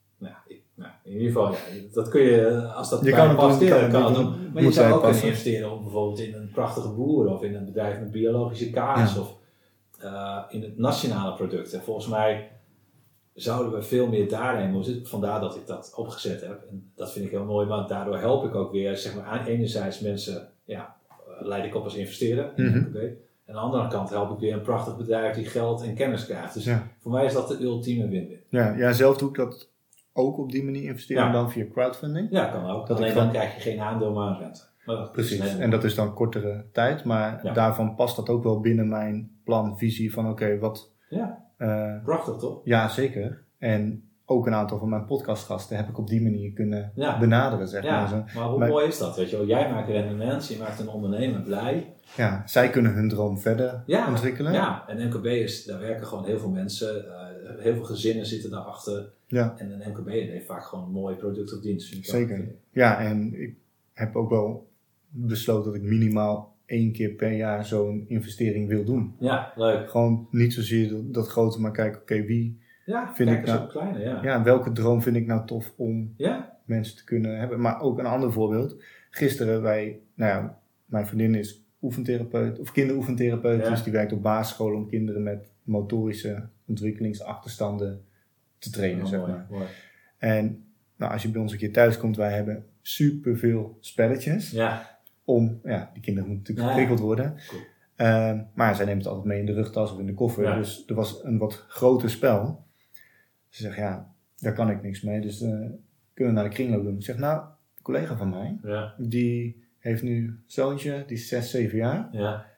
in ieder geval, dat kun je, als dat je bij kan past, het kan het doen. Maar je zou ook kunnen investeren om bijvoorbeeld in een prachtige boer of in een bedrijf met biologische kaas of in het nationale product. En volgens mij zouden we veel meer daarheen moeten. Vandaar dat ik dat opgezet heb. En dat vind ik heel mooi, want daardoor help ik ook weer, zeg maar, enerzijds mensen, leid ik op als investeren in MKB. En aan de andere kant help ik weer een prachtig bedrijf die geld en kennis krijgt. Dus voor mij is dat de ultieme win-win. Ja, zelf doe ik dat ook op die manier investeren dan via crowdfunding. Ja, kan ook. Alleen dan krijg je geen aandeel, maar een rente. Precies, en dat is dan kortere tijd, maar daarvan past dat ook wel binnen mijn plan, visie van wat... Ja, prachtig toch? Ja, zeker. En ook een aantal van mijn podcastgasten heb ik op die manier kunnen benaderen, zeg maar. Maar hoe mooi is dat, weet je wel? Jij maakt rendement, je maakt een ondernemer blij. Ja, zij kunnen hun droom verder ontwikkelen. Ja, en MKB daar werken gewoon heel veel mensen, heel veel gezinnen zitten daarachter. Ja. En een MKB heeft vaak gewoon een mooi product of dienst. Zeker. Ja, en ik heb ook wel besloten dat ik minimaal 1 keer per jaar zo'n investering wil doen. Ja, leuk. Gewoon niet zozeer dat grote, maar kijken, wie vind ik nou... Kleine, ja, welke droom vind ik nou tof om mensen te kunnen hebben. Maar ook een ander voorbeeld. Gisteren mijn vriendin is oefentherapeut, of kinderoefentherapeut, dus die werkt op basisscholen om kinderen met motorische ontwikkelingsachterstanden te trainen, zeg maar. Mooi. En als je bij ons een keer thuis komt, wij hebben superveel spelletjes. Ja. Die kinderen moeten natuurlijk geprikkeld worden. Cool. Maar zij neemt het altijd mee in de rugtas of in de koffer. Ja. Dus er was een wat groter spel. Ze zegt, daar kan ik niks mee. Dus kunnen we naar de kringloop doen. Ik zeg, een collega van mij, die heeft nu een zoontje, die is 6, 7 jaar. Ja.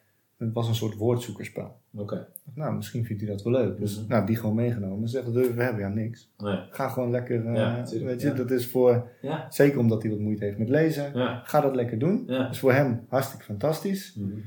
Het was een soort woordzoekerspel. Oké. Nou, misschien vindt hij dat wel leuk. Dus die gewoon meegenomen. Zegt, dat durven we hebben? Ja, niks. Nee. Ga gewoon lekker, weet je, ja. dat is voor, zeker omdat hij wat moeite heeft met lezen. Ja. Ga dat lekker doen. Ja. Dus voor hem hartstikke fantastisch. Mm-hmm.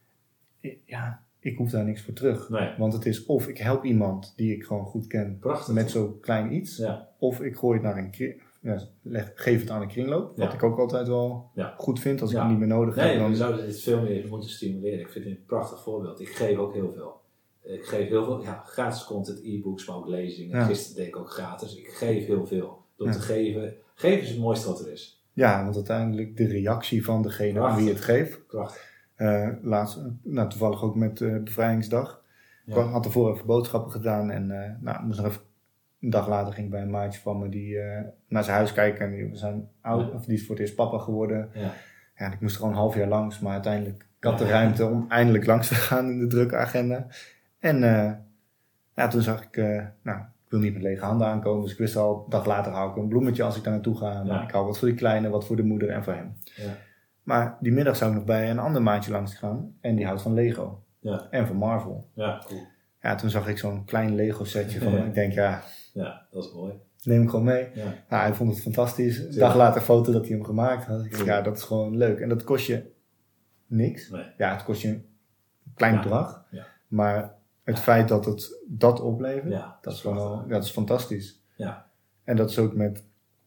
Ja, ik hoef daar niks voor terug. Nee. Want het is of ik help iemand die ik gewoon goed ken. Prachtig, met zo'n klein iets. Ja. Of ik gooi het naar een geef het aan een kringloop. Wat ik ook altijd wel goed vind als ik het niet meer nodig heb. Dan zou je dit veel meer moeten stimuleren. Ik vind het een prachtig voorbeeld. Ik geef ook heel veel. Ik geef heel veel gratis content, e-books, maar ook lezingen. Ja. Gisteren deed ik ook gratis. Ik geef heel veel. Door te geven. Geven is het mooiste wat er is. Ja, want uiteindelijk de reactie van degene aan wie het geeft. Prachtig. Laatst, toevallig ook met Bevrijdingsdag. Ik had ervoor even boodschappen gedaan. En moest nog even, een dag later ging ik bij een maatje van me die naar zijn huis kijken. En die zijn oud, of die is voor het eerst papa geworden. Ja. Ja, ik moest er gewoon een half jaar langs. Maar uiteindelijk ik had de ruimte om eindelijk langs te gaan in de drukke agenda. En toen zag ik, ik wil niet met lege handen aankomen. Dus ik wist al, een dag later hou ik een bloemetje als ik daar naartoe ga. Maar ik hou wat voor die kleine, wat voor de moeder en voor hem. Ja. Maar die middag zou ik nog bij een ander maatje langs gaan. En die houdt van Lego. Ja. En van Marvel. Ja, cool. Ja, toen zag ik zo'n klein Lego setje van ik denk ja, dat is mooi. Neem hem gewoon mee. Ja. Nou, hij vond het fantastisch. Een dag later een foto dat hij hem gemaakt had. Ik dacht, ja, dat is gewoon leuk. En dat kost je niks. Nee. Ja, het kost je een klein bedrag. Ja. Maar het feit dat het dat oplevert, dat is gewoon dat is fantastisch. Ja. En dat is ook met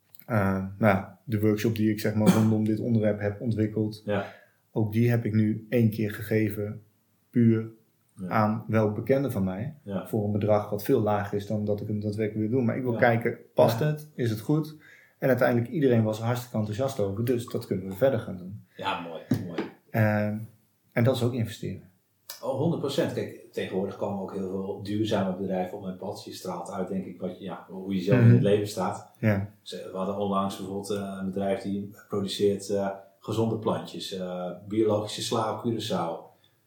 de workshop die ik zeg maar rondom dit onderwerp heb ontwikkeld. Ja. Ook die heb ik nu 1 keer gegeven, puur aan welbekenden van mij. Ja. Voor een bedrag wat veel lager is dan dat ik hem daadwerkelijk wil doen. Maar ik wil kijken, past het? Is het goed? En uiteindelijk iedereen was er hartstikke enthousiast over. Dus dat kunnen we verder gaan doen. Ja, mooi. En dat is ook investeren. Oh, 100%. Kijk, tegenwoordig komen ook heel veel duurzame bedrijven op mijn pad. Je straalt uit, denk ik, hoe je zelf in het leven staat. Ja. We hadden onlangs bijvoorbeeld een bedrijf die produceert gezonde plantjes. Biologische sla op Curaçao.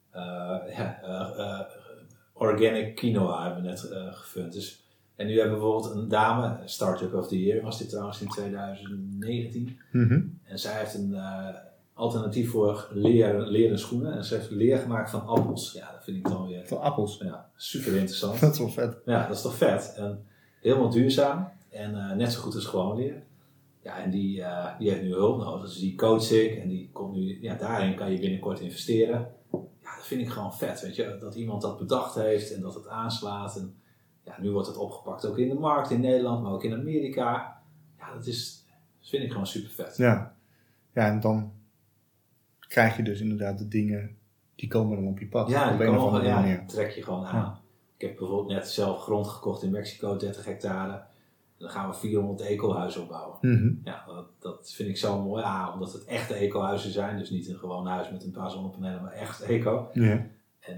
Organic quinoa hebben we net gefund. Dus, en nu hebben we bijvoorbeeld een dame, Startup of the Year was dit trouwens in 2019. Mm-hmm. En zij heeft een alternatief voor leren schoenen. En ze heeft leer gemaakt van appels. Ja, dat vind ik dan weer... Van appels? Ja, super interessant. Dat is wel vet. Ja, dat is toch vet. En helemaal duurzaam. En net zo goed als gewoon leer. Ja, en die heeft nu hulp nodig. Dus die coach ik. En die komt nu... Ja, daarin kan je binnenkort investeren. Ja, dat vind ik gewoon vet. Weet je, dat iemand dat bedacht heeft. En dat het aanslaat. En ja, nu wordt het opgepakt ook in de markt in Nederland. Maar ook in Amerika. Ja, dat vind ik gewoon super vet. Ja, en dan krijg je dus inderdaad de dingen die komen dan op je pad. Ja, die trek je gewoon aan. Ja. Ik heb bijvoorbeeld net zelf grond gekocht in Mexico, 30 hectare. En dan gaan we 400 ecohuizen opbouwen. Mm-hmm. Ja, dat vind ik zo mooi. Omdat het echte ecohuizen zijn. Dus niet een gewoon huis met een paar zonnepanelen, maar echt eco. Ja. En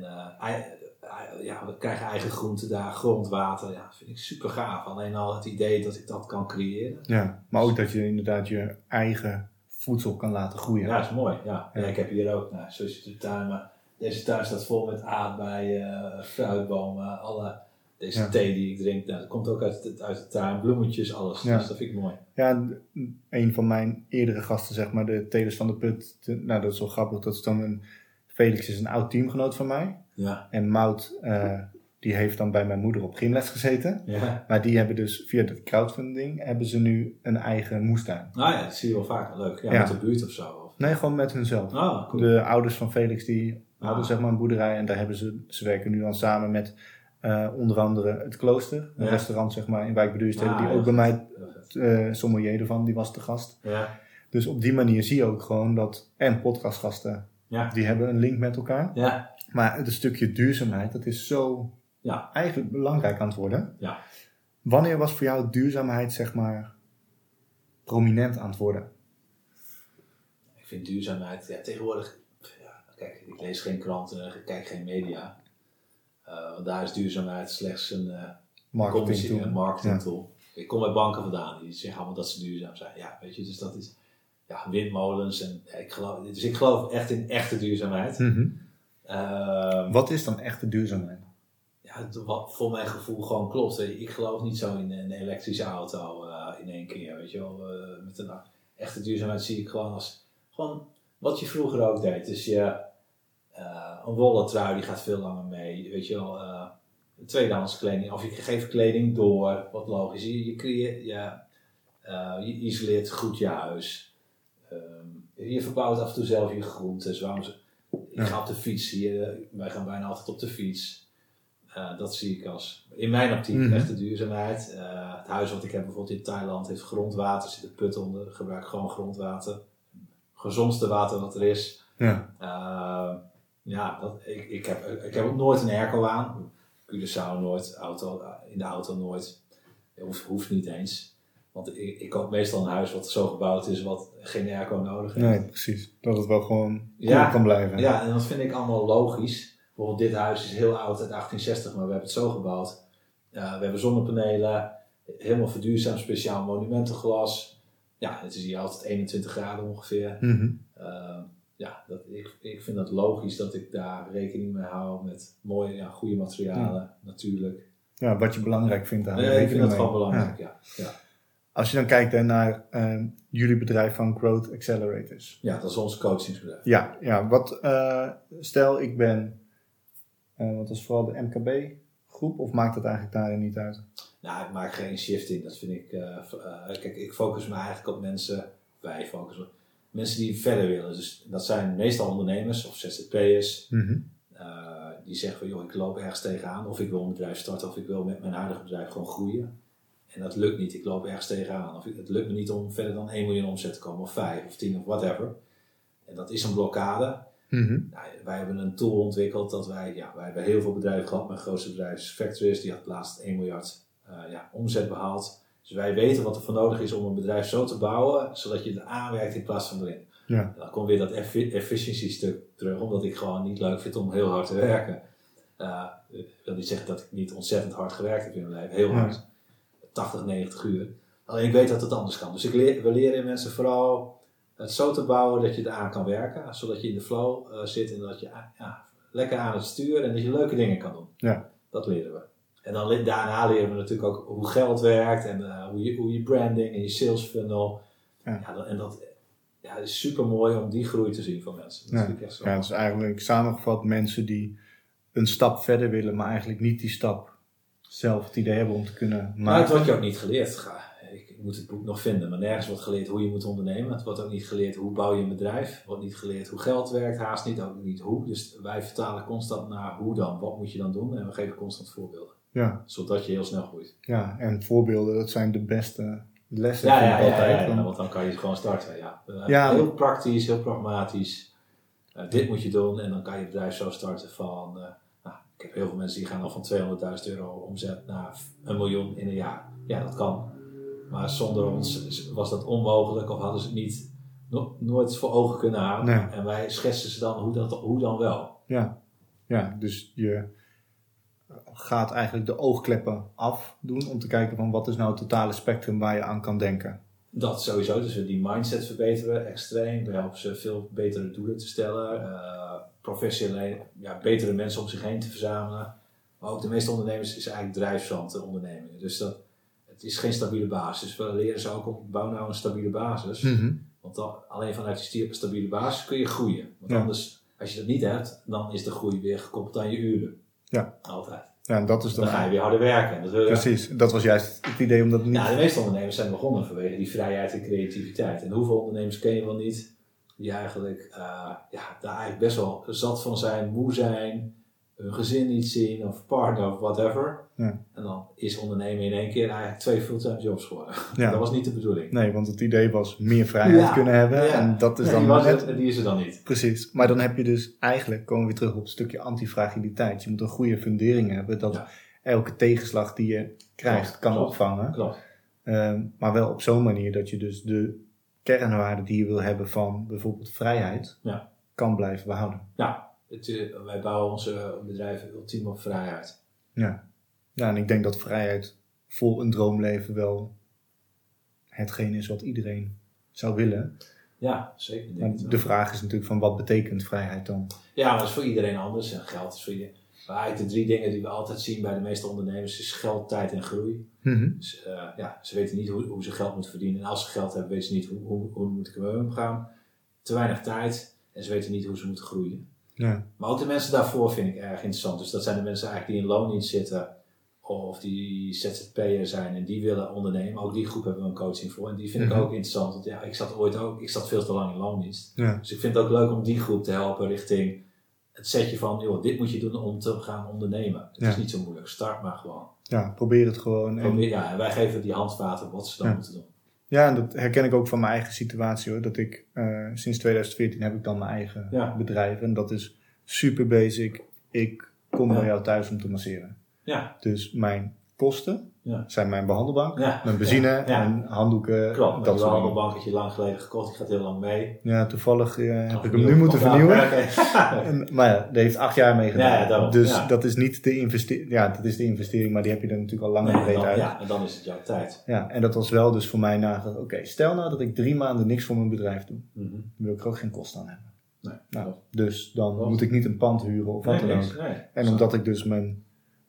we krijgen eigen groenten daar, grondwater. Ja, dat vind ik super gaaf. Alleen al het idee dat ik dat kan creëren. Ja, maar ook dat je inderdaad je eigen voedsel kan laten groeien. Ja, dat is mooi. Ja. Ja, ik heb hier ook, zoals je de tuin, maar deze tuin staat vol met aardbeien, fruitbomen, deze thee die ik drink, dat komt ook uit de tuin, bloemetjes, alles. Ja. Dus dat vind ik mooi. Ja, een van mijn eerdere gasten, zeg maar, de Telers van de Put, dat is wel grappig, dat is dan Felix is een oud teamgenoot van mij. Ja. En Mout, die heeft dan bij mijn moeder op gymles gezeten. Ja. Maar die hebben dus via de crowdfunding hebben ze nu een eigen moestuin. Dat zie je wel vaker. Leuk. Ja, met de buurt of zo. Of? Nee, gewoon met hunzelf. Cool. De ouders van Felix die hadden zeg maar een boerderij en daar hebben ze werken nu dan samen met onder andere het Klooster. Een restaurant zeg maar in Wijk bij Duurstede. Die ook bij mij, sommelier ervan, die was te gast. Ja. Dus op die manier zie je ook gewoon dat, en podcastgasten, die hebben een link met elkaar. Ja. Maar het stukje duurzaamheid, dat is zo eigenlijk belangrijk aan het worden. Ja. Wanneer was voor jou duurzaamheid, zeg maar, prominent aan het worden? Ik vind duurzaamheid, tegenwoordig, kijk, ik lees geen kranten, ik kijk geen media. Want daar is duurzaamheid slechts een marketing tool. Ik kom bij banken vandaan, die zeggen allemaal dat ze duurzaam zijn. Ja, weet je, dus dat is windmolens en ik geloof echt in echte duurzaamheid. Mm-hmm. Wat is dan echte duurzaamheid? Ja, wat voor mijn gevoel gewoon klopt. Ik geloof niet zo in een elektrische auto in één keer. Weet je wel. Met een echte duurzaamheid zie ik gewoon als wat je vroeger ook deed. Dus Een wollen trui die gaat veel langer mee. Weet je wel, tweedehands kleding. Of je geeft kleding door, wat logisch. Je isoleert goed je huis. Je verbouwt af en toe zelf je groentes. Ik ga op de fiets hier. Wij gaan bijna altijd op de fiets. Dat zie ik als in mijn optiek echt de duurzaamheid. Het huis wat ik heb bijvoorbeeld in Thailand heeft grondwater, zit een put onder. Ik gebruik gewoon grondwater. Gezondste water wat er is. Ik heb ook nooit een airco aan. Curaçao nooit, in de auto nooit. Hoeft niet eens. Want ik koop meestal een huis wat zo gebouwd is wat geen airco nodig heeft. Nee, precies. Dat het wel gewoon cool kan blijven. Ja, en dat vind ik allemaal logisch. Bijvoorbeeld dit huis is heel oud uit 1860, maar we hebben het zo gebouwd. We hebben zonnepanelen, helemaal verduurzaamd, speciaal monumentenglas. Ja, het is hier altijd 21 graden ongeveer. Ik vind het logisch dat ik daar rekening mee hou met mooie, goede materialen, natuurlijk. Ja, wat je belangrijk vindt aan ik vind dat gewoon belangrijk, ja. Als je dan kijkt naar jullie bedrijf van Growth Accelerators. Ja, dat is ons coachingsbedrijf. Ja, stel ik ben, wat is vooral de MKB groep, of maakt dat eigenlijk daarin niet uit? Nou, ik maak geen shift in, dat vind ik, kijk, ik focus me eigenlijk op wij focussen op mensen die verder willen. Dus dat zijn meestal ondernemers of ZZP'ers. Die zeggen van, joh, ik loop ergens tegenaan, of ik wil een bedrijf starten, of ik wil met mijn huidige bedrijf gewoon groeien. En dat lukt niet, ik loop ergens tegenaan. Of het lukt me niet om verder dan 1 miljoen omzet te komen, of 5 of 10 of whatever. En dat is een blokkade. Wij hebben een tool ontwikkeld dat wij hebben heel veel bedrijven gehad. Mijn grootste bedrijf is Factories, die had laatst 1 miljard omzet behaald. Dus wij weten wat er voor nodig is om een bedrijf zo te bouwen, zodat je er aanwerkt in plaats van erin. Ja. Dan komt weer dat efficiency stuk terug, omdat ik gewoon niet leuk vind om heel hard te werken. Ik wil niet zeggen dat ik niet ontzettend hard gewerkt heb in mijn leven, heel hard. 80, 90 uur. Alleen ik weet dat het anders kan. Dus we leren mensen vooral het zo te bouwen dat je eraan kan werken. Zodat je in de flow zit en dat je lekker aan het sturen en dat je leuke dingen kan doen. Ja. Dat leren we. En dan daarna leren we natuurlijk ook hoe geld werkt en hoe je branding en je sales funnel. Het is super mooi om die groei te zien van mensen. Dat vind ik echt zo. Het is eigenlijk samengevat mensen die een stap verder willen, maar eigenlijk niet die stap zelf het idee hebben om te kunnen maken. Nou, het wordt je ook niet geleerd. Ik moet het boek nog vinden, maar nergens wordt geleerd hoe je moet ondernemen. Het wordt ook niet geleerd hoe bouw je een bedrijf. Het wordt niet geleerd hoe geld werkt, haast niet, ook niet hoe. Dus wij vertalen constant naar hoe dan, wat moet je dan doen en we geven constant voorbeelden. Ja. Zodat je heel snel groeit. Ja, en voorbeelden, dat zijn de beste lessen. Want dan kan je gewoon starten. Heel praktisch, heel pragmatisch. Dit moet je doen en dan kan je bedrijf zo starten van... ik heb heel veel mensen die gaan al van €200.000 omzet naar 1 miljoen in een jaar. Ja, dat kan. Maar zonder ons was dat onmogelijk of hadden ze het nooit voor ogen kunnen houden. Nee. En wij schetsen ze dan hoe dan wel. Ja, dus je gaat eigenlijk de oogkleppen afdoen om te kijken van wat is nou het totale spectrum waar je aan kan denken. Dat sowieso, dus we die mindset verbeteren extreem. We helpen ze veel betere doelen te stellen. Professioneel, betere mensen om zich heen te verzamelen. Maar ook de meeste ondernemers is eigenlijk drijfzand ondernemingen. Dus het is geen stabiele basis. Dus we leren ze ook op bouw nou een stabiele basis. Want alleen vanuit die stabiele basis kun je groeien. Want anders, als je dat niet hebt, dan is de groei weer gekoppeld aan je uren. Ja. Altijd. Ja, en dat is dan ga je weer harder werken. Precies, dat was juist het idee om dat niet... Ja, de meeste ondernemers zijn begonnen vanwege die vrijheid en creativiteit. En hoeveel ondernemers ken je wel niet die eigenlijk daar eigenlijk best wel zat van zijn, moe zijn, hun gezin niet zien of partner of whatever. Ja. En dan is ondernemen in 1 keer eigenlijk 2 fulltime jobs geworden. Ja. Dat was niet de bedoeling. Nee, want het idee was meer vrijheid kunnen hebben. Ja. En dat is dan die is er dan niet. Precies. Maar dan heb je dus eigenlijk, komen we weer terug op het stukje antifragiliteit. Je moet een goede fundering hebben dat elke tegenslag die je krijgt kan opvangen. Klopt. Maar wel op zo'n manier dat je dus de kernwaarden die je wil hebben van bijvoorbeeld vrijheid kan blijven behouden. Ja, wij bouwen onze bedrijven ultiem op vrijheid. Ja, en ik denk dat vrijheid voor een droomleven wel hetgeen is wat iedereen zou willen. Ja, zeker. Maar de vraag is natuurlijk van wat betekent vrijheid dan? Ja, maar dat is voor iedereen anders en geld is voor iedereen. Maar eigenlijk de 3 dingen die we altijd zien bij de meeste ondernemers is geld, tijd en groei. Dus, ze weten niet hoe ze geld moeten verdienen. En als ze geld hebben, weten ze niet hoe moet ik ermee omgaan. Te weinig tijd en ze weten niet hoe ze moeten groeien. Ja. Maar ook de mensen daarvoor vind ik erg interessant. Dus dat zijn de mensen eigenlijk die in loondienst zitten of die ZZP'er zijn en die willen ondernemen. Ook die groep hebben we een coaching voor en die vind ik ook interessant. Want ik zat veel te lang in loondienst. Ja. Dus ik vind het ook leuk om die groep te helpen richting het setje van, joh, dit moet je doen om te gaan ondernemen. Het is niet zo moeilijk, start maar gewoon. Ja, probeer het gewoon. En wij geven die handvaten wat ze dan moeten doen. Ja, en dat herken ik ook van mijn eigen situatie hoor. Dat ik sinds 2014 heb ik dan mijn eigen bedrijf. En dat is super basic. Ik kom bij jou thuis om te masseren. Ja. Dus mijn kosten zijn mijn behandelbank, mijn benzine en handdoeken. Klopt, dat behandelbank heb je lang geleden gekocht. Die gaat heel lang mee. Ja, toevallig heb ik hem nu moeten vernieuwen. Maar ja, dat heeft 8 jaar mee gedaan. Dus dat is niet de investering. Ja, dat is de investering, maar die heb je er natuurlijk al lang en breed uit. Ja, en dan is het jouw tijd. Ja, en dat was wel dus voor mij nagedacht. Oké, stel nou dat ik 3 maanden niks voor mijn bedrijf doe. Dan wil ik er ook geen kosten aan hebben. Nee, nou, dus dan moet ik niet een pand huren of wat dan ook. En omdat ik dus mijn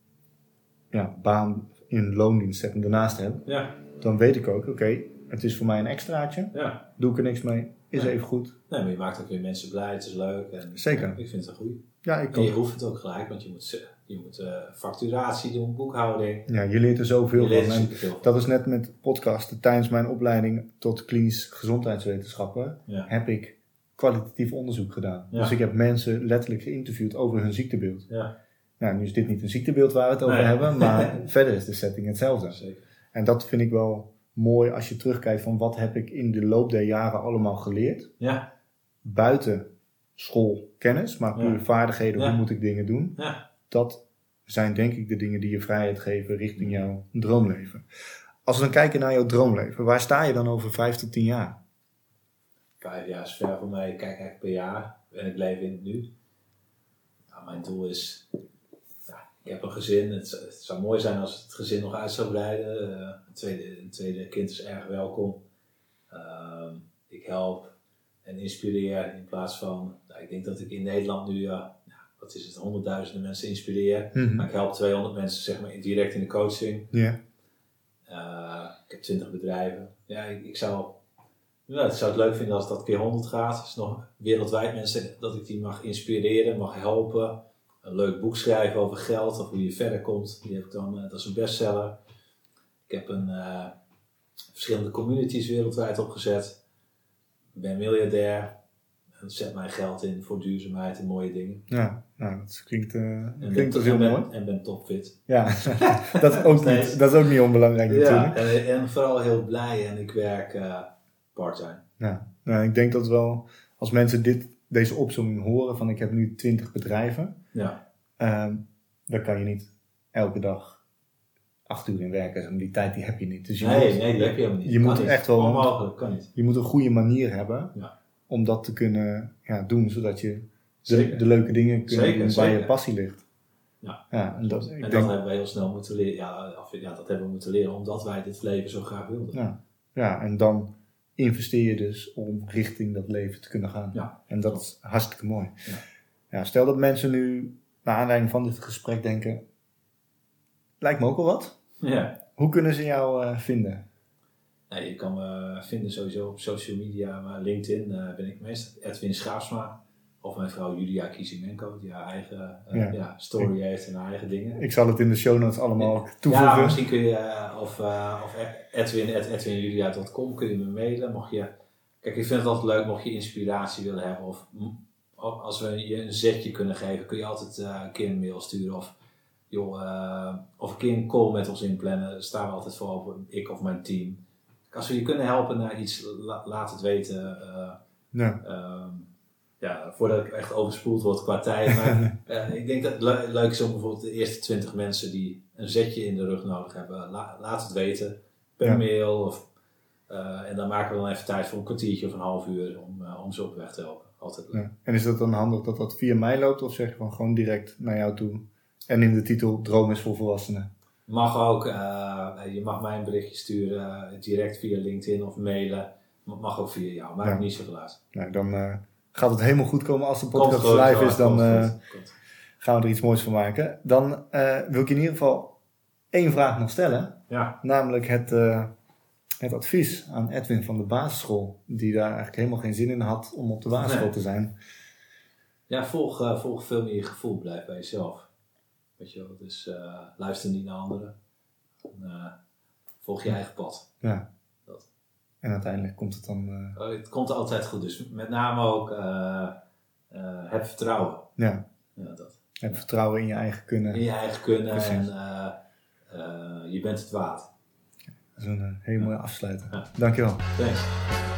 baan in loondienst heb en daarnaast heb, dan weet ik ook, oké, het is voor mij een extraatje. Ja. Doe ik er niks mee, is even goed. Nee, maar je maakt ook weer mensen blij, het is leuk. En, zeker. Ik vind het een goeie. Ja, en je hoeft het ook gelijk, want je moet facturatie doen, boekhouding. Ja, je leert er zoveel van. En dat is net met podcasten. Tijdens mijn opleiding tot klinisch gezondheidswetenschapper heb ik kwalitatief onderzoek gedaan. Ja. Dus ik heb mensen letterlijk geïnterviewd over hun ziektebeeld. Ja. Nou, nu is dit niet een ziektebeeld waar we het over hebben, maar verder is de setting hetzelfde. Zeker. En dat vind ik wel mooi als je terugkijkt van wat heb ik in de loop der jaren allemaal geleerd. Ja. Buiten schoolkennis, maar puur vaardigheden, hoe moet ik dingen doen. Ja. Dat zijn denk ik de dingen die je vrijheid geven richting jouw droomleven. Als we dan kijken naar jouw droomleven, waar sta je dan over 5 tot 10 jaar? 5 jaar is ver voor mij. Ik kijk eigenlijk per jaar en ik leef in het nu. Nou, mijn doel is... Ik heb een gezin. Het zou mooi zijn als het gezin nog uit zou breiden. Een tweede kind is erg welkom. Ik help en inspireer in plaats van... ik denk dat ik in Nederland nu... wat is het? 100.000 mensen inspireer. Mm-hmm. Maar ik help 200 mensen zeg maar, direct in de coaching. Yeah. Ik heb 20 bedrijven. Ja, ik zou het leuk vinden als dat keer 100 gaat. Dus nog wereldwijd mensen dat ik die mag inspireren, mag helpen. Een leuk boek schrijven over geld of hoe je verder komt. Die heb ik dan, dat is een bestseller. Ik heb verschillende communities wereldwijd opgezet. Ik ben miljardair. En zet mijn geld in voor duurzaamheid en mooie dingen. Ja, nou, dat klinkt toch heel mooi. En ben topfit. Ja, dat is ook niet onbelangrijk natuurlijk. En vooral heel blij en ik werk part-time. Ja, nou, ik denk dat wel, als mensen deze opzomming horen van ik heb nu 20 bedrijven. Ja. Dan kan je niet elke dag 8 uur in werken. Die tijd die heb je niet. Dus die heb je helemaal niet. Je moet echt wel onmogelijk, kan niet. Je moet een goede manier hebben om dat te kunnen doen, zodat je de leuke dingen kunt doen waar je passie ligt. Ja. En dat hebben we heel snel moeten leren. Ja, dat hebben we moeten leren omdat wij dit leven zo graag wilden. Ja, en dan investeer je dus om richting dat leven te kunnen gaan. Ja, en dat is hartstikke mooi. Ja, stel dat mensen nu naar aanleiding van dit gesprek denken, lijkt me ook al wat. Ja. Hoe kunnen ze jou vinden? Nee, je kan me vinden sowieso op social media, maar LinkedIn ben ik meestal Edwin Schaapsma. Of mijn vrouw Julia Kiezimenko, die haar eigen story heeft en haar eigen dingen. Ik zal het in de show notes allemaal toevoegen. Ja, misschien kun je, of edwin@edwinjulia.com kun je me mailen. Kijk, ik vind het altijd leuk mocht je inspiratie willen hebben. Of als we je een zetje kunnen geven, kun je altijd een keer een mail sturen. Of een keer een call met ons inplannen. Daar staan we altijd voor open, ik of mijn team. Als we je kunnen helpen naar iets, laat het weten. Voordat ik echt overspoeld word qua tijd. Maar ik denk dat het leuk is om bijvoorbeeld de eerste 20 mensen die een zetje in de rug nodig hebben, laat het weten per mail. En dan maken we dan even tijd voor een kwartiertje of een half uur om ze op weg te helpen. Altijd leuk. Ja. En is dat dan handig dat dat via mij loopt of zeg je van gewoon direct naar jou toe? En in de titel Droom is voor volwassenen? Mag ook. Je mag mij een berichtje sturen direct via LinkedIn of mailen. Mag ook via jou. Maakt niet zoveel uit. Nou, dan gaat het helemaal goed komen als de podcast live is. Dan gaan we er iets moois van maken. Dan wil ik in ieder geval 1 vraag nog stellen. Ja. Namelijk het advies aan Edwin van de basisschool. Die daar eigenlijk helemaal geen zin in had om op de basisschool te zijn. Ja, volg veel meer je gevoel. Blijf bij jezelf. Weet je wel, dus luister niet naar anderen. Volg je eigen pad. Ja. Dat. En uiteindelijk komt het dan... Het komt altijd goed. Dus met name ook heb vertrouwen. Ja. Dat. Heb vertrouwen in je eigen kunnen. In je eigen kunnen. Precies. En je bent het waard. Dat is een hele mooie afsluiter. Ja. Dankjewel. Thanks.